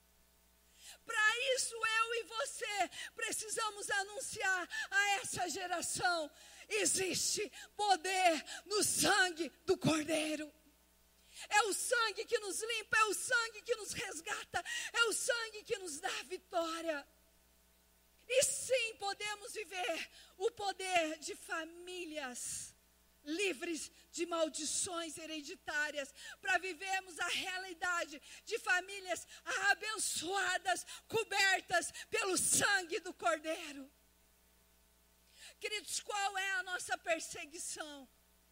Speaker 2: Para isso, eu e você precisamos anunciar a essa geração: existe poder no sangue do Cordeiro. É o sangue que nos limpa, é o sangue que nos resgata, é o sangue que nos dá vitória. E sim, podemos viver o poder de famílias livres de maldições hereditárias, para vivermos a realidade de famílias abençoadas, cobertas pelo sangue do Cordeiro. Queridos, qual é a nossa perseguição?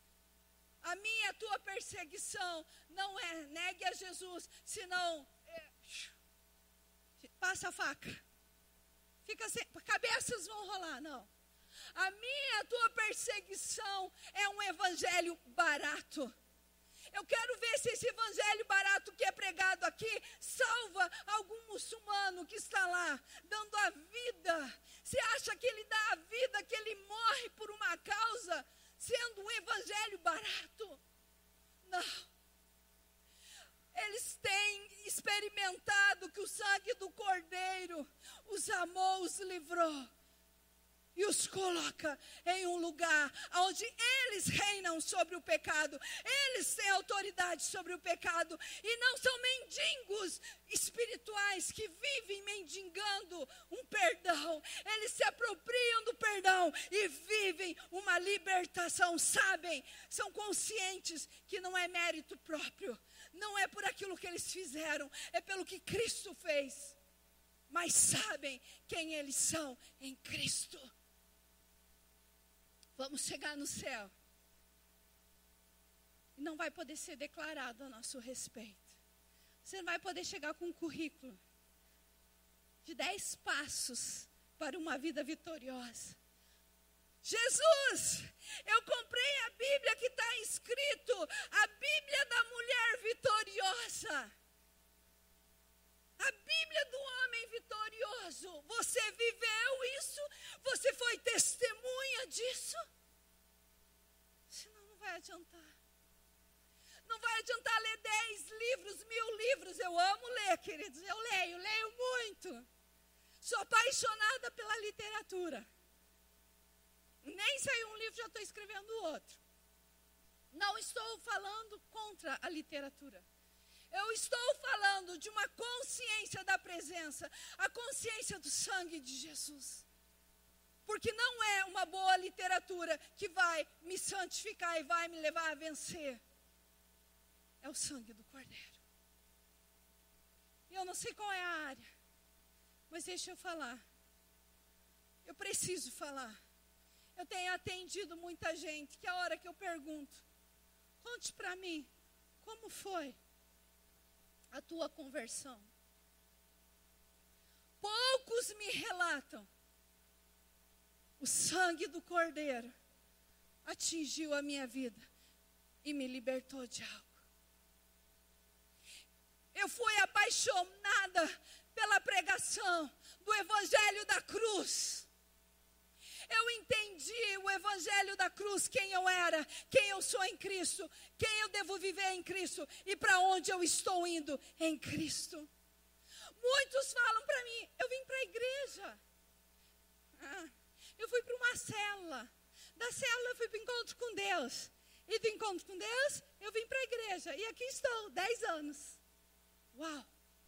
Speaker 2: A minha, a tua perseguição não é negue a Jesus, senão é, passa a faca. Fica sem, cabeças vão rolar, não. A minha, a tua perseguição é um evangelho barato. Eu quero ver se esse evangelho barato que é pregado aqui salva algum muçulmano que está lá, dando a vida. Você acha que ele dá a vida, que ele morre por uma causa, sendo um evangelho barato? Não. Eles têm experimentado que o sangue do Cordeiro os amou, os livrou e os coloca em um lugar onde eles reinam sobre o pecado. Eles têm autoridade sobre o pecado e não são mendigos espirituais que vivem mendigando um perdão. Eles se apropriam do perdão e vivem uma libertação. Sabem, são conscientes que não é mérito próprio. Não é por aquilo que eles fizeram, é pelo que Cristo fez. Mas sabem quem eles são em Cristo. Vamos chegar no céu. E não vai poder ser declarado a nosso respeito. Você não vai poder chegar com um currículo de dez passos para uma vida vitoriosa. Jesus, eu comprei a Bíblia que está escrito, a Bíblia da mulher vitoriosa. A Bíblia do homem vitorioso. glorioso. Você viveu isso? Você foi testemunha disso? Senão não vai adiantar. Não vai adiantar ler dez livros, mil livros. Eu amo ler, queridos. Eu leio, leio muito. Sou apaixonada pela literatura. Nem saiu um livro, já estou escrevendo outro. Não estou falando contra a literatura. Eu estou falando de uma consciência da presença, a consciência do sangue de Jesus. Porque não é uma boa literatura que vai me santificar e vai me levar a vencer. É o sangue do Cordeiro. E eu não sei qual é a área, mas deixa eu falar. Eu preciso falar. Eu tenho atendido muita gente que a hora que eu pergunto, conte para mim, como foi a tua conversão? Poucos me relatam. O sangue do Cordeiro atingiu a minha vida e me libertou de algo. Eu fui apaixonada pela pregação do Evangelho da Cruz. Eu entendi o Evangelho da Cruz, quem eu era, quem eu sou em Cristo, quem eu devo viver em Cristo e para onde eu estou indo em Cristo. Muitos falam para mim, eu vim para a igreja. Ah, eu fui para uma célula. Da célula eu fui para o encontro com Deus. E do encontro com Deus, eu vim para a igreja. E aqui estou, dez anos. Uau!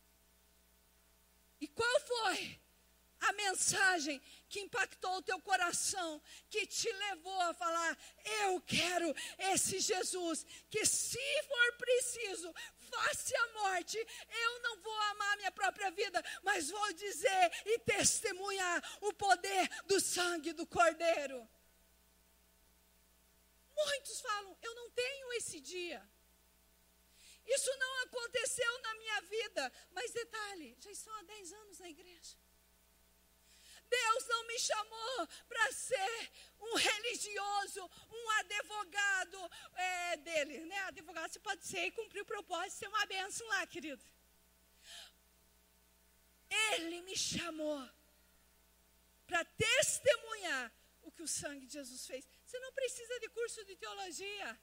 Speaker 2: E qual foi a mensagem que impactou o teu coração, que te levou a falar, eu quero esse Jesus, que se for preciso, face a morte, eu não vou amar minha própria vida, mas vou dizer e testemunhar o poder do sangue do Cordeiro. Muitos falam, eu não tenho esse dia. Isso não aconteceu na minha vida, mas detalhe, já estão há dez anos na igreja. Deus não me chamou para ser um religioso, um advogado é, dele, né? Advogado você pode ser e cumprir o propósito, ser uma bênção lá, querido. Ele me chamou para testemunhar o que o sangue de Jesus fez. Você não precisa de curso de teologia.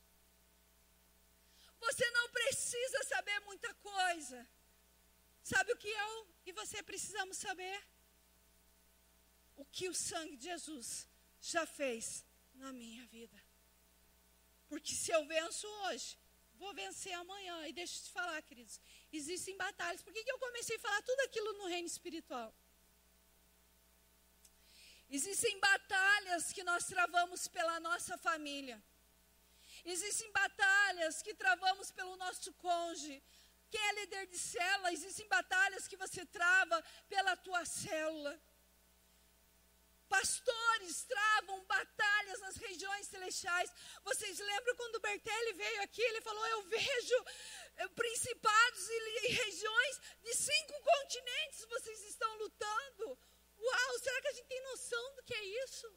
Speaker 2: Você não precisa saber muita coisa. Sabe o que eu e você precisamos saber? O que o sangue de Jesus já fez na minha vida. Porque se eu venço hoje, vou vencer amanhã. E deixa eu te falar, queridos, existem batalhas. Por que que eu comecei a falar tudo aquilo no reino espiritual? Existem batalhas que nós travamos pela nossa família. Existem batalhas que travamos pelo nosso cônjuge. Quem é líder de célula, existem batalhas que você trava pela tua célula. Pastores travam batalhas nas regiões celestiais. Vocês lembram quando o Bertelli veio aqui? Ele falou, eu vejo principados e regiões de cinco continentes vocês estão lutando. Uau, será que a gente tem noção do que é isso?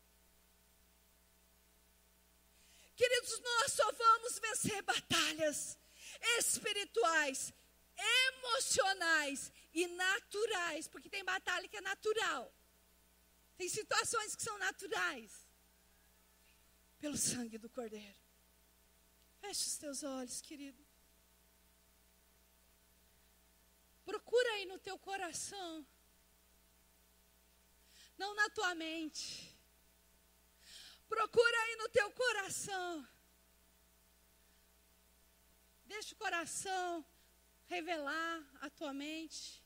Speaker 2: Queridos, nós só vamos vencer batalhas espirituais, emocionais e naturais. Porque tem batalha que é natural. Tem situações que são naturais. Pelo sangue do Cordeiro. Feche os teus olhos, querido. Procura aí no teu coração. Não na tua mente. Procura aí no teu coração. Deixa o coração revelar a tua mente.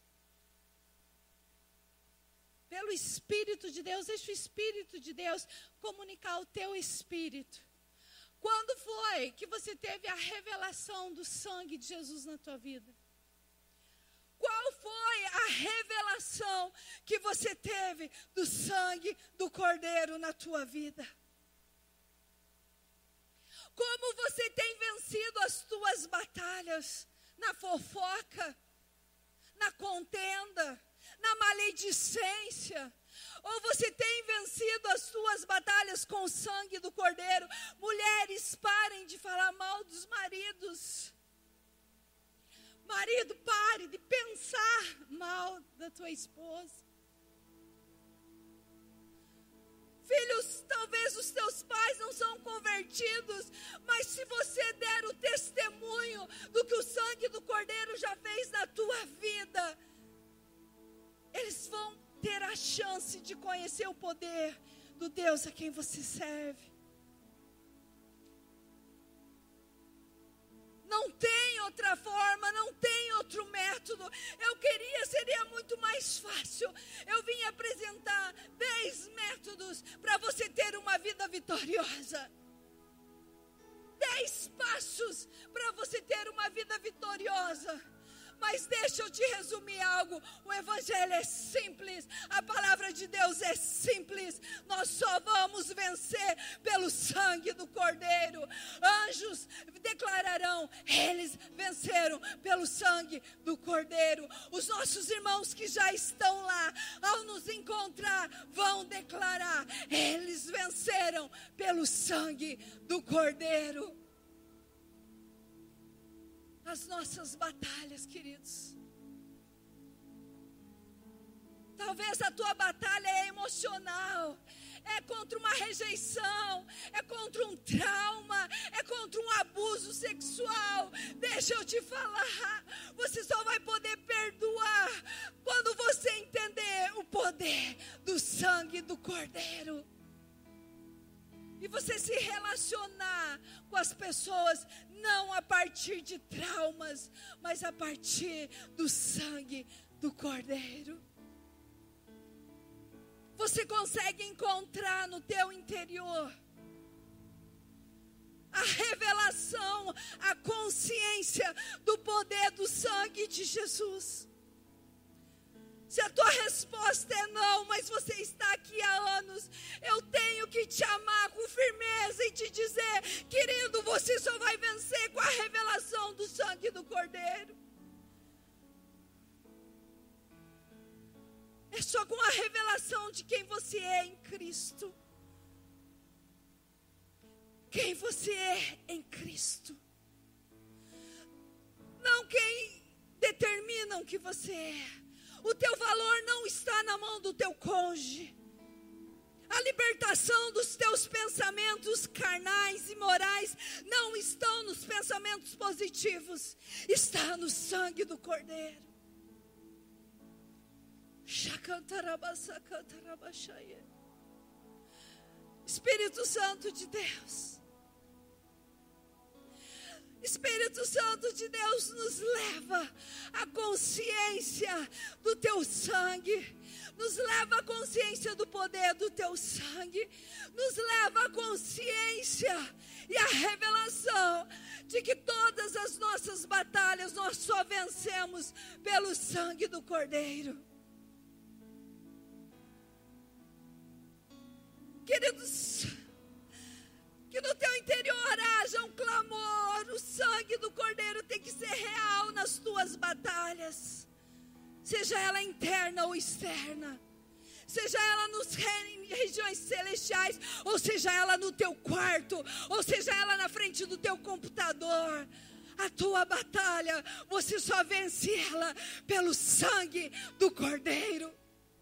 Speaker 2: Pelo Espírito de Deus, deixa o Espírito de Deus comunicar o teu espírito. Quando foi que você teve a revelação do sangue de Jesus na tua vida? Qual foi a revelação que você teve do sangue do Cordeiro na tua vida? Como você tem vencido as tuas batalhas? Na fofoca? Na contenda? Na maledicência? Ou você tem vencido as suas batalhas com o sangue do Cordeiro? Mulheres, parem de falar mal dos maridos. Marido, pare de pensar mal da tua esposa. Filhos, talvez os teus pais não são convertidos, mas se você der o testemunho do que o sangue do Cordeiro já fez na tua vida, eles vão ter a chance de conhecer o poder do Deus a quem você serve. Não tem outra forma, não tem outro método. Eu queria, seria muito mais fácil. Eu vim apresentar dez métodos para você ter uma vida vitoriosa. Dez passos para você ter uma vida vitoriosa. Mas deixa eu te resumir algo. O evangelho é simples. A palavra de Deus é simples. Nós só vamos vencer pelo sangue do Cordeiro. Anjos declararão, eles venceram pelo sangue do Cordeiro. Os nossos irmãos que já estão lá, ao nos encontrar, vão declarar, eles venceram pelo sangue do Cordeiro. As nossas batalhas, queridos. Talvez a tua batalha é emocional, é contra uma rejeição, é contra um trauma, é contra um abuso sexual. Deixa eu te falar, você só vai poder perdoar quando você entender o poder do sangue do Cordeiro. E você se relacionar com as pessoas, não a partir de traumas, mas a partir do sangue do Cordeiro. Você consegue encontrar no teu interior a revelação, a consciência do poder do sangue de Jesus. Se a tua resposta é não, mas você está aqui há anos, eu tenho que te amar com firmeza e te dizer, querido, você só vai vencer com a revelação do sangue do Cordeiro. É só com a revelação de quem você é em Cristo. Quem você é em Cristo. Não quem determinam que você é. O teu valor não está na mão do teu cônjuge. A libertação dos teus pensamentos carnais e morais não estão nos pensamentos positivos. Está no sangue do Cordeiro. Espírito Santo de Deus. Espírito Santo de Deus nos leva à consciência do teu sangue, nos leva à consciência do poder do teu sangue, nos leva à consciência e à revelação de que todas as nossas batalhas nós só vencemos pelo sangue do Cordeiro. Queridos, que no teu interior haja um clamor. O sangue do Cordeiro tem que ser real nas tuas batalhas, seja ela interna ou externa, seja ela nas regiões celestiais, ou seja ela no teu quarto, ou seja ela na frente do teu computador. A tua batalha, você só vence ela pelo sangue do Cordeiro.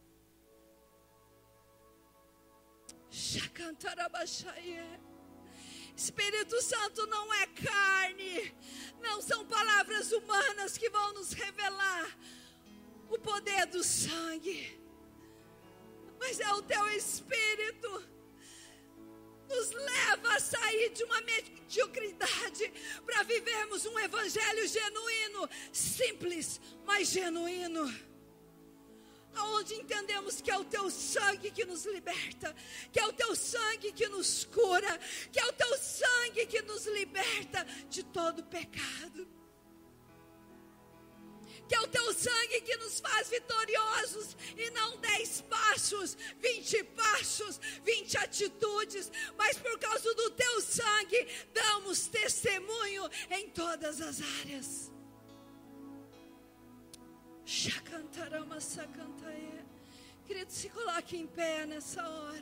Speaker 2: Espírito Santo não é carne, não são palavras humanas que vão nos revelar o poder do sangue, mas é o teu Espírito, nos leva a sair de uma mediocridade para vivermos um evangelho genuíno, simples, mas genuíno. Onde entendemos que é o teu sangue que nos liberta, que é o teu sangue que nos cura, que é o teu sangue que nos liberta de todo pecado, que é o teu sangue que nos faz vitoriosos, e não dez passos, vinte passos, vinte atitudes, mas por causa do teu sangue, damos testemunho em todas as áreas. Querido, se coloque em pé nessa hora.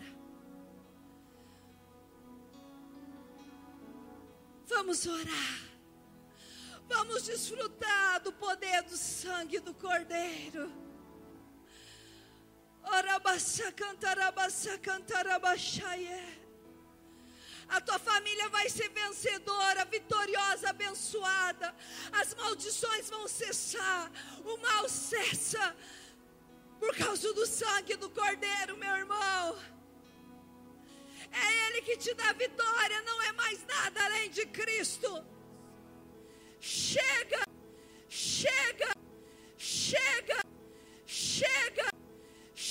Speaker 2: Vamos orar. Vamos desfrutar do poder do sangue do Cordeiro. A tua família vai ser vencedora, vitoriosa, abençoada. As maldições vão cessar. O mal cessa por causa do sangue do Cordeiro, meu irmão. É Ele que te dá vitória, não é mais nada